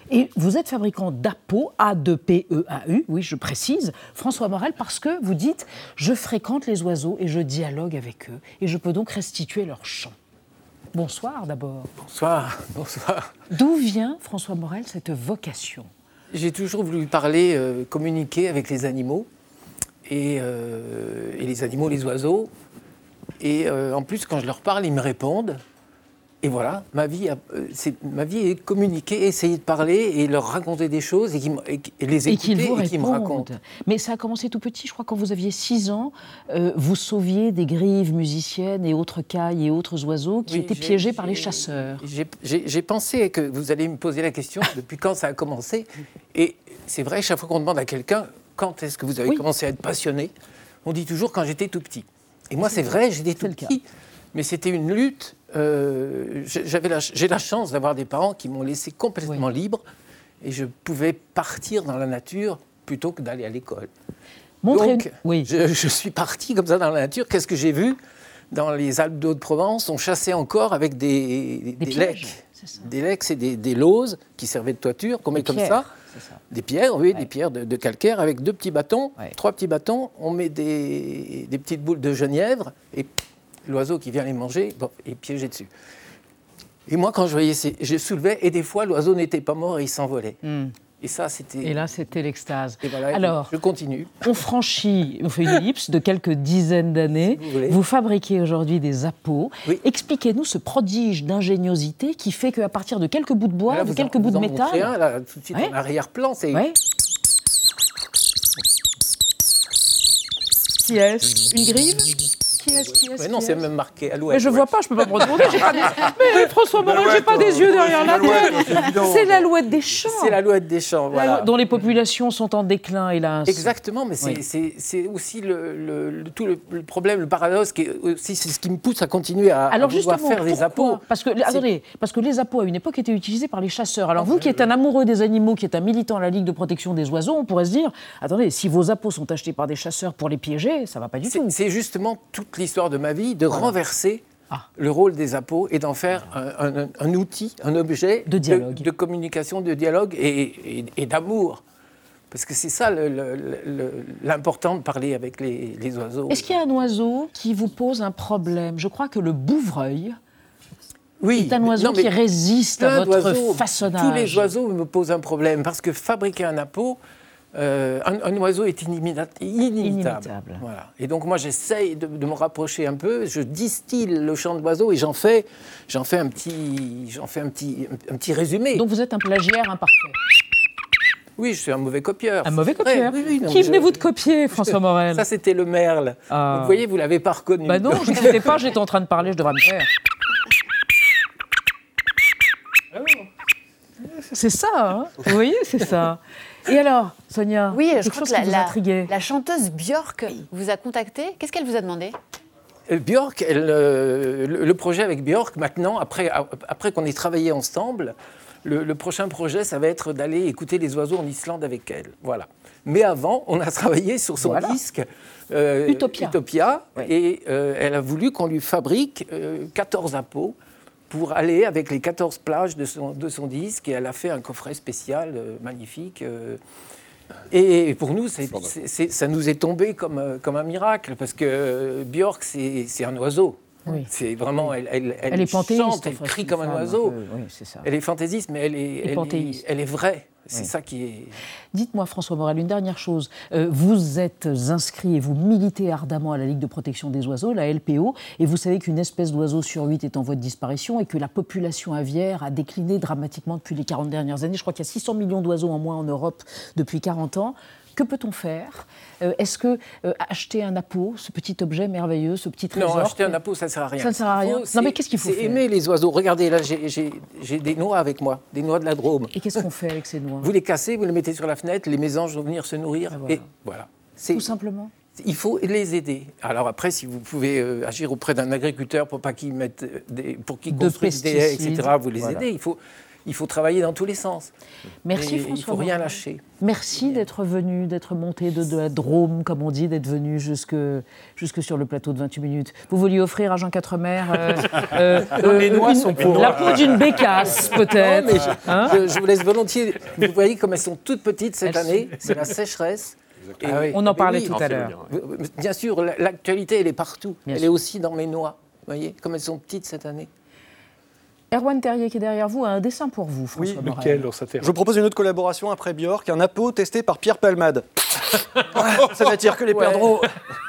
Speaker 1: Et vous êtes fabricant d'Apau, A deux P E A U, oui, je précise, François Morel, parce que vous dites « Je fréquente les oiseaux et je dialogue avec eux, et je peux donc restituer leur chant ». Bonsoir d'abord.
Speaker 14: Bonsoir, bonsoir.
Speaker 1: D'où vient, François Morel, cette vocation ?
Speaker 14: J'ai toujours voulu parler, euh, communiquer avec les animaux, et, euh, et les animaux, les oiseaux. Et euh, en plus, quand je leur parle, ils me répondent. Et voilà, ma vie, a, c'est, ma vie est communiquer, essayer de parler et leur raconter des choses et, qui, et, et les écouter et, et qu'ils me racontent.
Speaker 1: Mais ça a commencé tout petit, je crois, quand vous aviez six ans, euh, vous sauviez des grives musiciennes et autres cailles et autres oiseaux qui oui, étaient piégés par les chasseurs.
Speaker 14: J'ai, j'ai, j'ai pensé que vous allez me poser la question depuis quand ça a commencé. Et c'est vrai, chaque fois qu'on demande à quelqu'un quand est-ce que vous avez oui. commencé à être passionné, on dit toujours quand j'étais tout petit. Et moi, c'est vrai, j'étais tout petit, mais c'était une lutte. Euh, j'avais la, j'ai la chance d'avoir des parents qui m'ont laissé complètement oui. libre et je pouvais partir dans la nature plutôt que d'aller à l'école.
Speaker 1: Montrez
Speaker 14: Donc,
Speaker 1: oui.
Speaker 14: je, je suis parti comme ça dans la nature. Qu'est-ce que j'ai vu ? Dans les Alpes d'Haute-Provence, on chassait encore avec des, des, des lecs. Des lecs, c'est des, des lauses qui servaient de toiture, qu'on met comme ça. ça. Des pierres, oui, ouais. des pierres de, de calcaire avec deux petits bâtons, ouais. trois petits bâtons. On met des, des petites boules de genièvre et l'oiseau qui vient les manger, bon, est piégé dessus. Et moi, quand je voyais, ces, je soulevais, et des fois, l'oiseau n'était pas mort et il s'envolait. Mm. Et ça, c'était...
Speaker 1: Et là, c'était l'extase.
Speaker 14: Et voilà,
Speaker 1: alors,
Speaker 14: je continue.
Speaker 1: On franchit, on fait une ellipse de quelques dizaines d'années. Si vous, vous fabriquez aujourd'hui des Apau. Oui. Expliquez-nous ce prodige d'ingéniosité qui fait qu'à partir de quelques bouts de bois, là, de quelques
Speaker 14: en,
Speaker 1: bouts
Speaker 14: vous
Speaker 1: de métal...
Speaker 14: Un, là, tout de suite, ouais. en arrière-plan, c'est...
Speaker 1: Ouais. Qui est-ce ? Une grive ? Qui est-ce, qui est-ce,
Speaker 14: mais non,
Speaker 1: qui
Speaker 14: c'est
Speaker 1: est-ce
Speaker 14: même marqué Alouette.
Speaker 1: Mais je ne vois pas, je ne peux pas me retourner. J'ai pas des... Mais François Morel, je n'ai pas des yeux derrière la tête. C'est l'Alouette des champs.
Speaker 14: C'est l'Alouette des champs, voilà.
Speaker 1: Dont les populations sont en déclin, hélas.
Speaker 14: Exactement, mais c'est, oui. c'est, c'est aussi le, le, le, tout le, le problème, le paradoxe, qui est aussi, c'est ce qui me pousse à continuer à,
Speaker 1: Alors
Speaker 14: à vouloir faire des Apau.
Speaker 1: Parce que, attendez, parce que les Apau, à une époque, étaient utilisés par les chasseurs. Alors, vous qui êtes un amoureux des animaux, qui êtes un militant à la Ligue de protection des oiseaux, on pourrait se dire, attendez, si vos Apau sont achetés par des chasseurs pour les piéger, ça ne va pas du
Speaker 14: c'est,
Speaker 1: tout.
Speaker 14: C'est justement toute l'histoire de ma vie, de voilà. renverser ah. le rôle des Apau et d'en faire un, un, un outil, un objet
Speaker 1: de, dialogue.
Speaker 14: de, de communication, de dialogue et, et, et d'amour. Parce que c'est ça le, le, le, l'important de parler avec les, les oiseaux.
Speaker 1: Est-ce qu'il y a un oiseau qui vous pose un problème ? Je crois que le bouvreuil
Speaker 14: oui,
Speaker 1: est un oiseau non, qui résiste à votre façonnage.
Speaker 14: Tous les oiseaux me posent un problème parce que fabriquer un Apau, Euh, un, un oiseau est inimitable.
Speaker 1: inimitable.
Speaker 14: Voilà. Et donc moi j'essaye de, de me rapprocher un peu, je distille le chant de l'oiseau et j'en fais, j'en fais, un, petit, j'en fais un, petit, un, un petit résumé.
Speaker 1: Donc vous êtes un plagiaire imparfait.
Speaker 14: Oui, je suis un mauvais copieur.
Speaker 1: Un mauvais copieur.
Speaker 14: Ouais, oui, oui,
Speaker 1: Qui venez-vous de copier, François Morel ?
Speaker 14: Ça c'était le merle. Ah. Vous voyez, vous ne l'avez pas reconnu.
Speaker 1: Bah non, je ne savais pas, j'étais en train de parler, je devrais me faire. C'est ça, hein ? Vous voyez, c'est ça. Et alors, Sonia,
Speaker 10: oui,
Speaker 1: quelque
Speaker 10: je crois
Speaker 1: chose
Speaker 10: que la,
Speaker 1: qui vous
Speaker 10: la,
Speaker 1: intriguait.
Speaker 10: La chanteuse Björk vous a contacté. Qu'est-ce qu'elle vous a demandé ?
Speaker 14: Björk, elle, euh, le, le projet avec Björk, maintenant, après, après qu'on ait travaillé ensemble, le, le prochain projet, ça va être d'aller écouter les oiseaux en Islande avec elle. Voilà. Mais avant, on a travaillé sur son voilà. disque euh,
Speaker 1: Utopia,
Speaker 14: Utopia ouais. et euh, elle a voulu qu'on lui fabrique euh, quatorze Apau pour aller avec les quatorze plages de son, de son disque, et elle a fait un coffret spécial euh, magnifique. Euh, et pour nous, c'est, c'est, c'est, ça nous est tombé comme, comme un miracle, parce que euh, Björk, c'est, c'est un oiseau.
Speaker 1: Oui.
Speaker 14: C'est vraiment, elle, elle, elle,
Speaker 1: elle est
Speaker 14: chante, elle crie comme un oiseau.
Speaker 1: Un peu, oui, c'est ça.
Speaker 14: Elle est fantaisiste, mais elle est, elle est, elle est vraie. C'est oui. ça qui est...
Speaker 1: Dites-moi, François Morel, une dernière chose. Euh, vous êtes inscrit et vous militez ardemment à la Ligue de protection des oiseaux, la L P O, et vous savez qu'une espèce d'oiseau sur huit est en voie de disparition et que la population aviaire a décliné dramatiquement depuis les quarante dernières années. Je crois qu'il y a six cents millions d'oiseaux en moins en Europe depuis quarante ans. Que peut-on faire ? euh, Est-ce que euh, acheter un Apau, ce petit objet merveilleux, ce petit trésor...
Speaker 14: Non, acheter un Apau, ça ne sert à rien.
Speaker 1: Ça ne sert à rien.
Speaker 14: Faut,
Speaker 1: non, mais qu'est-ce qu'il faut
Speaker 14: c'est
Speaker 1: faire ?
Speaker 14: aimer les oiseaux. Regardez, là, j'ai, j'ai, j'ai des noix avec moi, des noix de la Drôme.
Speaker 1: Et qu'est-ce qu'on fait avec ces noix ?
Speaker 14: Vous les cassez, vous les mettez sur la fenêtre, les mésanges vont venir se nourrir. Et voilà. Et voilà.
Speaker 1: C'est, Tout simplement.
Speaker 14: Il faut les aider. Alors après, si vous pouvez euh, agir auprès d'un agriculteur pour pas qu'il mette des, pour qu'il construise des haies, et cetera, vous les voilà. aidez. Il faut... il faut travailler dans tous les sens.
Speaker 1: Merci
Speaker 14: Et
Speaker 1: François.
Speaker 14: Il ne faut rien lâcher.
Speaker 1: Merci d'être venu, d'être monté de, de la Drôme, comme on dit, d'être venu jusque, jusque sur le plateau de vingt-huit minutes. Vous vouliez offrir à Jean Quatremer euh, euh, euh,
Speaker 14: les noix
Speaker 1: une,
Speaker 14: sont pour
Speaker 1: la peau d'une bécasse, peut-être.
Speaker 14: Non, mais je, hein je, je vous laisse volontiers. Vous voyez comme elles sont toutes petites cette
Speaker 1: elles
Speaker 14: année.
Speaker 1: sont...
Speaker 14: C'est la sécheresse.
Speaker 1: Et ah oui. On en parlait oui, tout à l'heure.
Speaker 14: Bien sûr, l'actualité, elle est partout. Bien elle sûr. Est aussi dans mes noix. Vous voyez, comme elles sont petites cette année.
Speaker 1: Erwan Terrier, qui est derrière vous, a un dessin pour vous, François
Speaker 8: Oui,
Speaker 1: Morel.
Speaker 5: Lequel dans sa terre ?
Speaker 8: Je vous propose une autre collaboration après Björk, un apéro testé par Pierre Palmade. Ça n'attire que les
Speaker 14: ouais.
Speaker 8: perdreaux.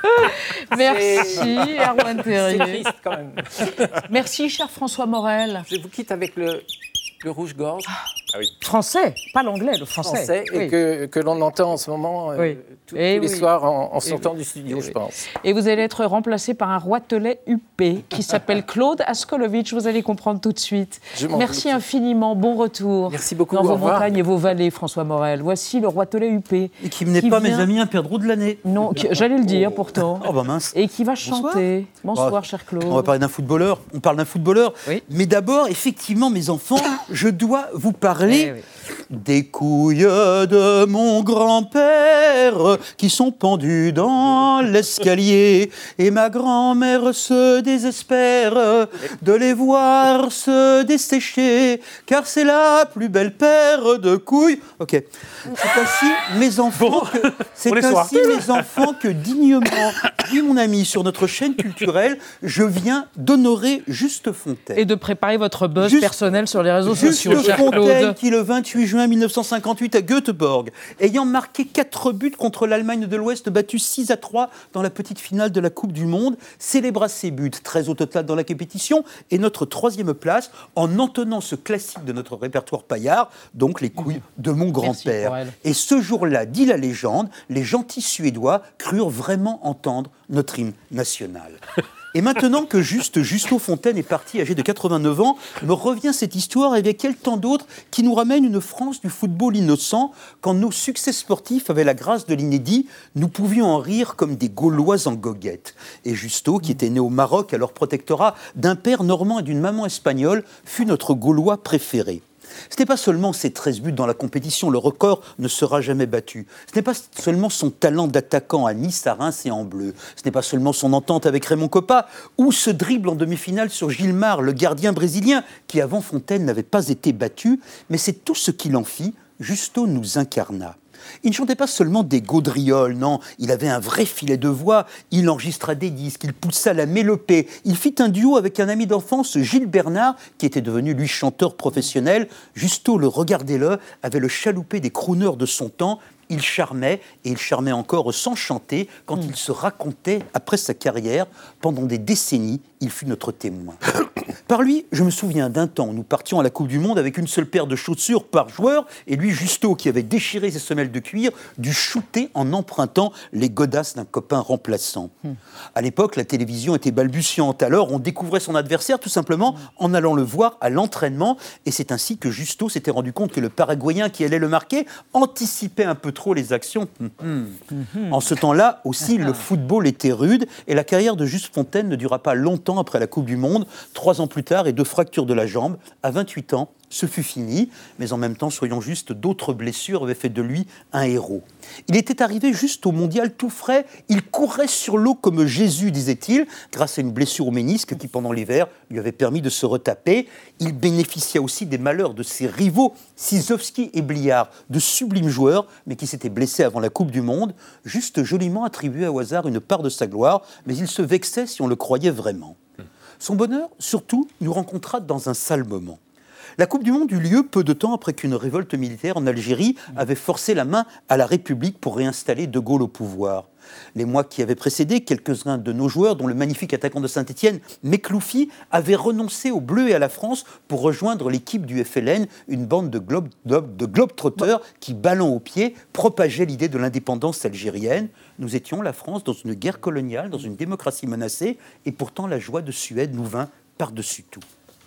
Speaker 1: Merci, Erwan Terrier.
Speaker 14: C'est triste, quand même.
Speaker 1: Merci, cher François Morel.
Speaker 14: Je vous quitte avec le, le rouge-gorge.
Speaker 4: Ah oui.
Speaker 1: Français, pas l'anglais, le français.
Speaker 14: Français, oui. Et que, que l'on entend en ce moment euh, oui. tous, tous les oui. soirs en, en sortant oui. du studio, et je oui. pense.
Speaker 1: Et vous allez être remplacé par un roitelet huppé qui s'appelle Claude Askolovitch. Vous allez comprendre tout de suite. Merci doute. infiniment. Bon retour.
Speaker 14: Merci beaucoup.
Speaker 1: Dans vos montagnes et vos vallées, François Morel. Voici le roitelet huppé.
Speaker 15: Et qui n'est pas vient... mes amis un perdreau de l'année.
Speaker 1: Non, qui... j'allais le dire pourtant.
Speaker 15: Oh bah mince.
Speaker 1: Et qui va chanter. Bonsoir, Bonsoir
Speaker 15: bah,
Speaker 1: cher Claude.
Speaker 15: On va parler d'un footballeur. On parle d'un footballeur. Oui. Mais d'abord, effectivement, mes enfants, je dois vous parler... Eh oui. Des couilles de mon grand-père qui sont pendues dans l'escalier et ma grand-mère se désespère de les voir se dessécher car c'est la plus belle paire de couilles. Ok. C'est ainsi, mes enfants, que, c'est ainsi, mes enfants, que dignement, oui mon ami, sur notre chaîne culturelle, je viens d'honorer Juste Fontaine.
Speaker 1: Et de préparer votre buzz Juste, personnel sur les réseaux
Speaker 15: Juste
Speaker 1: sociaux.
Speaker 15: Juste Fontaine qui, le vingt-huit juin mille neuf cent cinquante-huit à Göteborg, ayant marqué quatre buts contre l'Allemagne de l'Ouest, battu six à trois dans la petite finale de la Coupe du Monde, célébra ses buts, treize au total dans la compétition, et notre troisième place en entonnant ce classique de notre répertoire paillard, donc les couilles de mon grand-père. Et ce jour-là, dit la légende, les gentils Suédois crurent vraiment entendre notre hymne national. Et maintenant que juste Justo Fontaine est parti, âgé de quatre-vingt-neuf ans, me revient cette histoire avec elle tant d'autres qui nous ramènent une France du football innocent. Quand nos succès sportifs avaient la grâce de l'inédit, nous pouvions en rire comme des Gaulois en goguette. Et Justo, qui était né au Maroc, alors protectorat d'un père normand et d'une maman espagnole, fut notre Gaulois préféré. Ce n'est pas seulement ses treize buts dans la compétition, le record ne sera jamais battu. Ce n'est pas seulement son talent d'attaquant à Nice, à Reims et en bleu. Ce n'est pas seulement son entente avec Raymond Kopa ou ce dribble en demi-finale sur Gilmar, le gardien brésilien, qui avant Fontaine n'avait pas été battu, mais c'est tout ce qu'il en fit. Justo nous incarna. Il ne chantait pas seulement des gaudrioles, non, il avait un vrai filet de voix, il enregistra des disques, il poussa la mélopée, il fit un duo avec un ami d'enfance, Gilles Bernard, qui était devenu lui chanteur professionnel. Justo, le regardez-le, avait le chaloupé des crooners de son temps. Il charmait, et il charmait encore sans chanter, quand mmh. il se racontait après sa carrière. Pendant des décennies, il fut notre témoin. Par lui, je me souviens d'un temps où nous partions à la Coupe du Monde avec une seule paire de chaussures par joueur, et lui, Justo, qui avait déchiré ses semelles de cuir, dut shooter en empruntant les godasses d'un copain remplaçant. Mmh. À l'époque, la télévision était balbutiante, alors on découvrait son adversaire tout simplement en allant le voir à l'entraînement, et c'est ainsi que Justo s'était rendu compte que le Paraguayen qui allait le marquer anticipait un peu trop les actions. Mmh. Mmh. En ce temps-là aussi, le football était rude et la carrière de Juste Fontaine ne dura pas longtemps après la Coupe du Monde. Trois ans plus tard et deux fractures de la jambe. À vingt-huit ans, ce fut fini, mais en même temps, soyons justes, d'autres blessures avaient fait de lui un héros. Il était arrivé juste au mondial tout frais, il courait sur l'eau comme Jésus, disait-il, grâce à une blessure au ménisque qui, pendant l'hiver, lui avait permis de se retaper. Il bénéficia aussi des malheurs de ses rivaux, Sizowski et Bliard, de sublimes joueurs, mais qui s'étaient blessés avant la Coupe du Monde, juste joliment attribué au hasard une part de sa gloire, mais il se vexait si on le croyait vraiment. Son bonheur, surtout, nous rencontra dans un sale moment. La Coupe du Monde eut lieu peu de temps après qu'une révolte militaire en Algérie avait forcé la main à la République pour réinstaller De Gaulle au pouvoir. Les mois qui avaient précédé, quelques-uns de nos joueurs, dont le magnifique attaquant de Saint-Étienne, Mekloufi, avaient renoncé aux Bleus et à la France pour rejoindre l'équipe du F L N, une bande de, globe, de globe-trotteurs qui, ballon au pied, propageait l'idée de l'indépendance algérienne. Nous étions, la France, dans une guerre coloniale, dans une démocratie menacée, et pourtant la joie de Suède nous vint par-dessus tout.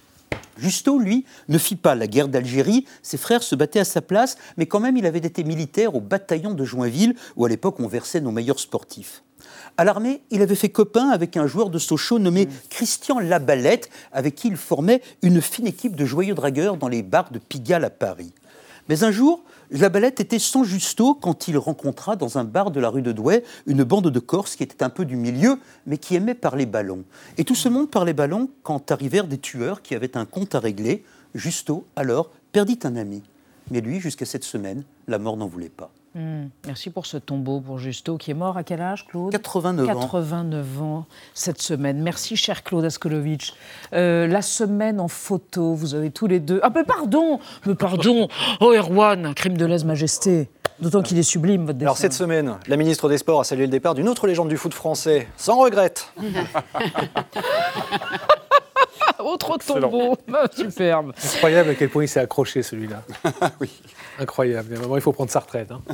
Speaker 15: Justo, lui, ne fit pas la guerre d'Algérie, ses frères se battaient à sa place, mais quand même il avait été militaire au bataillon de Joinville, où à l'époque on versait nos meilleurs sportifs. À l'armée, il avait fait copain avec un joueur de Sochaux nommé Christian Labalette, avec qui il formait une fine équipe de joyeux dragueurs dans les bars de Pigalle à Paris. Mais un jour, Labalette était sans Justo quand il rencontra dans un bar de la rue de Douai une bande de Corses qui était un peu du milieu, mais qui aimait parler ballon. Et tout ce monde parlait ballon quand arrivèrent des tueurs qui avaient un compte à régler. Justo, alors, perdit un ami. Mais lui, jusqu'à cette semaine, la mort n'en voulait pas.
Speaker 1: Mmh. Merci pour ce tombeau pour Justo, qui est mort à quel âge, Claude ?
Speaker 15: quatre-vingt-neuf ans.
Speaker 1: quatre-vingt-neuf ans cette semaine. Merci, cher Claude Askolovitch. Euh, la semaine en photo, vous avez tous les deux... Ah, mais pardon Mais pardon Oh, Erwan, crime de lèse-majesté. D'autant qu'il est sublime, votre dessin.
Speaker 8: Alors, cette semaine, la ministre des Sports a salué le départ d'une autre légende du foot français, sans regrette.
Speaker 1: Autre tombeau, superbe.
Speaker 5: Incroyable à quel point il s'est accroché, celui-là.
Speaker 6: Oui.
Speaker 5: Incroyable. À un moment, il faut prendre sa retraite. Hein.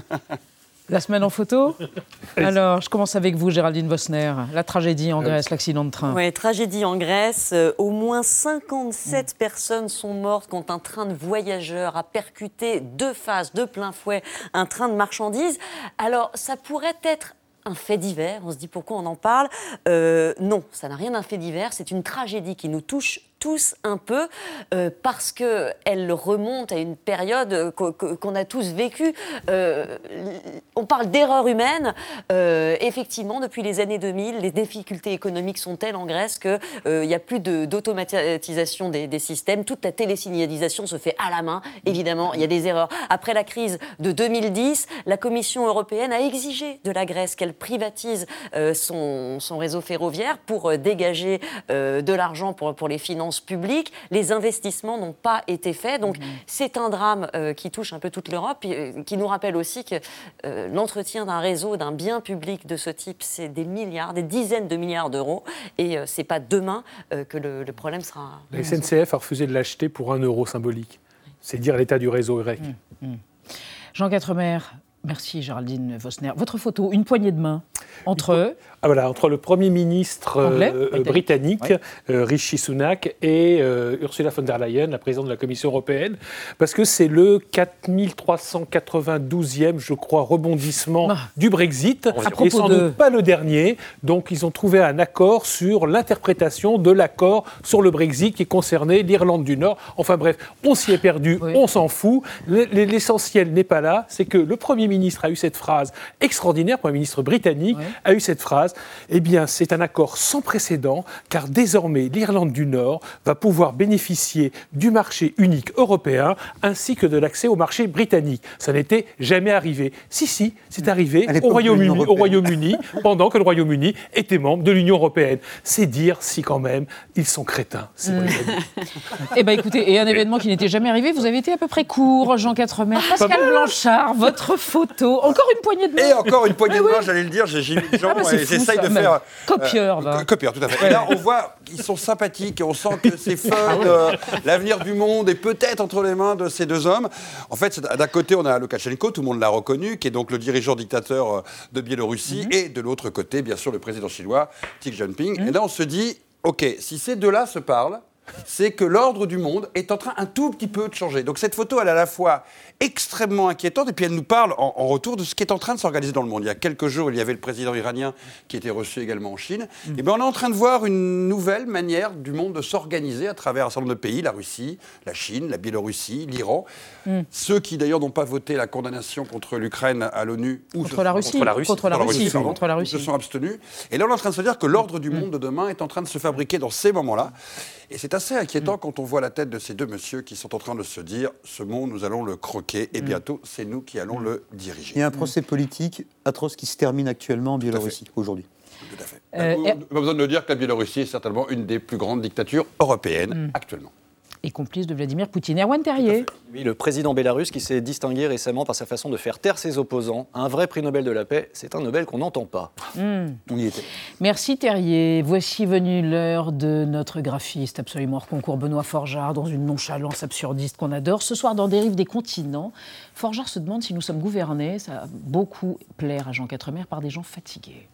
Speaker 1: La semaine en photo ? Alors, je commence avec vous, Géraldine Vosner. La tragédie en Grèce, l'accident de train.
Speaker 3: Oui, tragédie en Grèce. Euh, au moins cinquante-sept mmh. personnes sont mortes quand un train de voyageurs a percuté de face, de plein fouet, un train de marchandises. Alors, ça pourrait être un fait divers. On se dit pourquoi on en parle. Euh, non, ça n'a rien d'un fait divers. C'est une tragédie qui nous touche tous un peu euh, parce qu'elle remonte à une période qu'on a tous vécue. Euh, on parle d'erreur humaine. Euh, effectivement, depuis les années deux mille, les difficultés économiques sont telles en Grèce qu'il euh, n'y a plus de, d'automatisation des, des systèmes. Toute la télésignalisation se fait à la main. Évidemment, il y a des erreurs. Après la crise de deux mille dix, la Commission européenne a exigé de la Grèce qu'elle privatise euh, son, son réseau ferroviaire pour euh, dégager euh, de l'argent pour, pour les finances publiques. Les investissements n'ont pas été faits. Donc, mmh. c'est un drame euh, qui touche un peu toute l'Europe, et, qui nous rappelle aussi que euh, l'entretien d'un réseau, d'un bien public de ce type, c'est des milliards, des dizaines de milliards d'euros. Et euh, c'est pas demain euh, que le, le problème sera...
Speaker 5: La S N C F a refusé de l'acheter pour un euro symbolique. C'est dire l'état du réseau grec.
Speaker 1: Mmh. Mmh. Jean Quatremer, merci Géraldine Vosner. Votre photo, une poignée de main entre...
Speaker 5: Ah, voilà, entre le Premier ministre
Speaker 1: Anglais,
Speaker 5: euh, britannique, oui. euh, Rishi Sunak, et euh, Ursula von der Leyen, la présidente de la Commission européenne, parce que c'est le quatre mille trois cent quatre-vingt-douzième, je crois, rebondissement ah. du Brexit, et sans de... doute pas le dernier. Donc ils ont trouvé un accord sur l'interprétation de l'accord sur le Brexit qui concernait l'Irlande du Nord. Enfin bref, on s'y est perdu, oui. on s'en fout. L'essentiel n'est pas là, c'est que le Premier ministre a eu cette phrase extraordinaire, le Premier ministre britannique oui. a eu cette phrase. Eh bien, c'est un accord sans précédent, car désormais, l'Irlande du Nord va pouvoir bénéficier du marché unique européen, ainsi que de l'accès au marché britannique. Ça n'était jamais arrivé. Si, si, c'est arrivé au Royaume-Uni, au Royaume-Uni, pendant que le Royaume-Uni était membre de l'Union européenne. C'est dire si, quand même, ils sont crétins, ces Britanniques.
Speaker 1: Eh bien, écoutez, et un événement qui n'était jamais arrivé, vous avez été à peu près court, Jean Quatremer. Pascal Blanchard, votre photo, encore une poignée de main.
Speaker 6: Et encore une poignée de main, j'allais le dire, j'ai mis Jean, ah, et j'essaye de faire... Euh,
Speaker 1: copieur,
Speaker 6: euh, copieur, tout à fait. Et là, on voit qu'ils sont sympathiques, et on sent que c'est fun, euh, l'avenir du monde est peut-être entre les mains de ces deux hommes. En fait, d'un côté, on a Loukachenko, tout le monde l'a reconnu, qui est donc le dirigeant dictateur de Biélorussie, mm-hmm. et de l'autre côté, bien sûr, le président chinois, Xi Jinping. Mm-hmm. Et là, on se dit, OK, si ces deux-là se parlent, c'est que l'ordre du monde est en train un tout petit peu de changer. Donc cette photo, elle est à la fois extrêmement inquiétante et puis elle nous parle en, en retour de ce qui est en train de s'organiser dans le monde. Il y a quelques jours, il y avait le président iranien qui était reçu également en Chine. Mmh. Et bien on est en train de voir une nouvelle manière du monde de s'organiser à travers un certain nombre de pays, la Russie, la Chine, la Biélorussie, l'Iran. Mmh. Ceux qui d'ailleurs n'ont pas voté la condamnation contre l'Ukraine à l'ONU ou
Speaker 1: contre, la Russie, contre la Russie, contre la Russie, Russie, contre la Russie,
Speaker 6: se sont abstenus. Et là on est en train de se dire que l'ordre du monde de demain est en train de se fabriquer dans ces moments-là. Et c'est assez inquiétant mmh. quand on voit la tête de ces deux messieurs qui sont en train de se dire « ce monde, nous allons le croquer et mmh. bientôt, c'est nous qui allons mmh. le diriger ».
Speaker 15: Il y a un procès politique atroce qui se termine actuellement en Biélorussie, aujourd'hui.
Speaker 6: Tout à fait. Euh, on n'a pas besoin de le dire que la Biélorussie est certainement une des plus grandes dictatures européennes mmh. actuellement.
Speaker 1: Et complice de Vladimir Poutine. Erwan Terrier.
Speaker 8: Oui, le président bélarusse qui s'est distingué récemment par sa façon de faire taire ses opposants. Un vrai prix Nobel de la paix, c'est un Nobel qu'on n'entend pas.
Speaker 1: Mmh.
Speaker 15: On y était.
Speaker 1: Merci Terrier. Voici venue l'heure de notre graphiste absolument hors concours, Benoît Forgeard, dans une nonchalance absurdiste qu'on adore. Ce soir, dans Dérive des continents, Forgeard se demande si nous sommes gouvernés, ça va beaucoup plaire à Jean Quatremer, par des gens fatigués.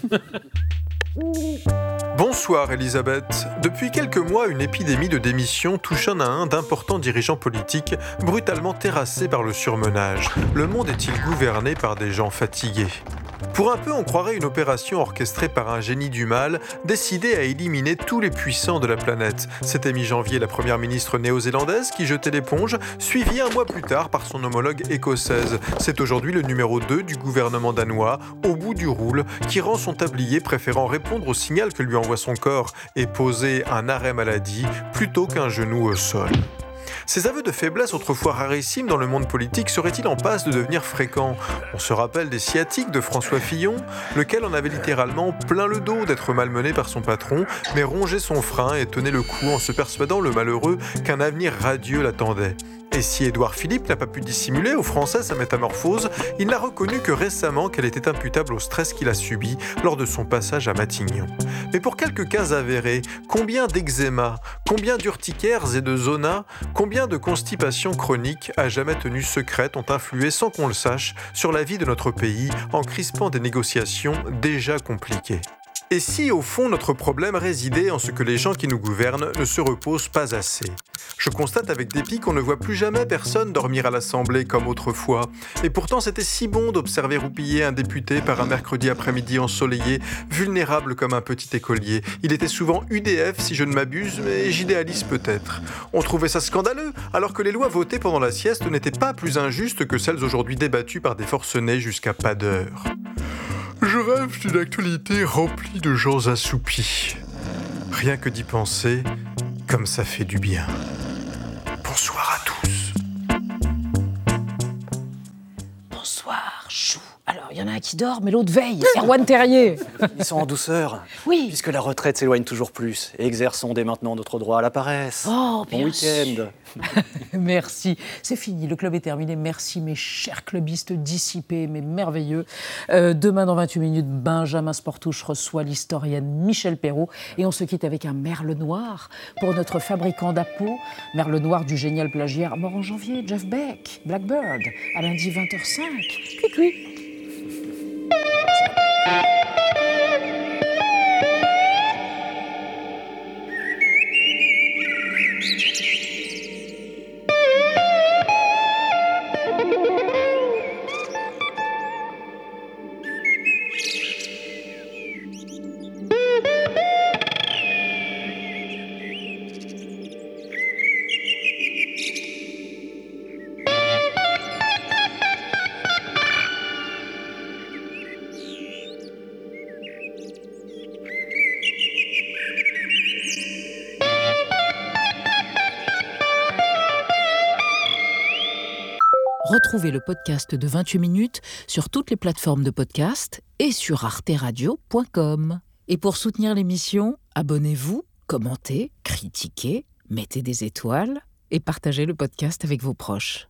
Speaker 16: Bonsoir Elisabeth. Depuis quelques mois, une épidémie de démission touche un à un d'importants dirigeants politiques brutalement terrassés par le surmenage. Le monde est-il gouverné par des gens fatigués ? Pour un peu, on croirait une opération orchestrée par un génie du mal, décidé à éliminer tous les puissants de la planète. C'était mi-janvier la première ministre néo-zélandaise qui jetait l'éponge, suivie un mois plus tard par son homologue écossaise. C'est aujourd'hui le numéro deux du gouvernement danois, au bout du roule, qui rend son tablier préférant répondre au signal que lui envoie son corps et poser un arrêt maladie plutôt qu'un genou au sol. Ces aveux de faiblesse autrefois rarissimes dans le monde politique seraient-ils en passe de devenir fréquents ? On se rappelle des sciatiques de François Fillon, lequel en avait littéralement plein le dos d'être malmené par son patron, mais rongeait son frein et tenait le coup en se persuadant le malheureux qu'un avenir radieux l'attendait. Et si Édouard Philippe n'a pas pu dissimuler aux Français sa métamorphose, il n'a reconnu que récemment qu'elle était imputable au stress qu'il a subi lors de son passage à Matignon. Mais pour quelques cas avérés, combien d'eczéma, combien d'urticaires et de zona, combien de constipations chroniques à jamais tenues secrètes ont influé sans qu'on le sache sur la vie de notre pays en crispant des négociations déjà compliquées ? Et si, au fond, notre problème résidait en ce que les gens qui nous gouvernent ne se reposent pas assez ? Je constate avec dépit qu'on ne voit plus jamais personne dormir à l'Assemblée comme autrefois. Et pourtant, c'était si bon d'observer roupiller un député par un mercredi après-midi ensoleillé, vulnérable comme un petit écolier. Il était souvent U D F, si je ne m'abuse, mais j'idéalise peut-être. On trouvait ça scandaleux, alors que les lois votées pendant la sieste n'étaient pas plus injustes que celles aujourd'hui débattues par des forcenés jusqu'à pas d'heure. Je rêve d'une actualité remplie de gens assoupis. Rien que d'y penser, comme ça fait du bien. Bonsoir à tous.
Speaker 1: Bonsoir, chou. Alors, il y en a un qui dort, mais l'autre veille. Erwan Terrier.
Speaker 8: Ils sont en douceur.
Speaker 1: Oui.
Speaker 8: Puisque la retraite s'éloigne toujours plus. Exerçons dès maintenant notre droit à la paresse.
Speaker 1: Oh, bien
Speaker 8: bon week-end.
Speaker 1: Merci. C'est fini, le club est terminé. Merci mes chers clubistes dissipés, mais merveilleux. Euh, demain, dans vingt-huit minutes, Benjamin Sportouche reçoit l'historienne Michel Perrault. Et on se quitte avec un merle noir pour notre fabricant d'apôts. Merle noir du génial plagiaire mort en janvier, Jeff Beck, Blackbird, à lundi vingt heures cinq. Cui cui. Retrouvez le podcast de vingt-huit minutes sur toutes les plateformes de podcast et sur arte radio point com. Et pour soutenir l'émission, abonnez-vous, commentez, critiquez, mettez des étoiles et partagez le podcast avec vos proches.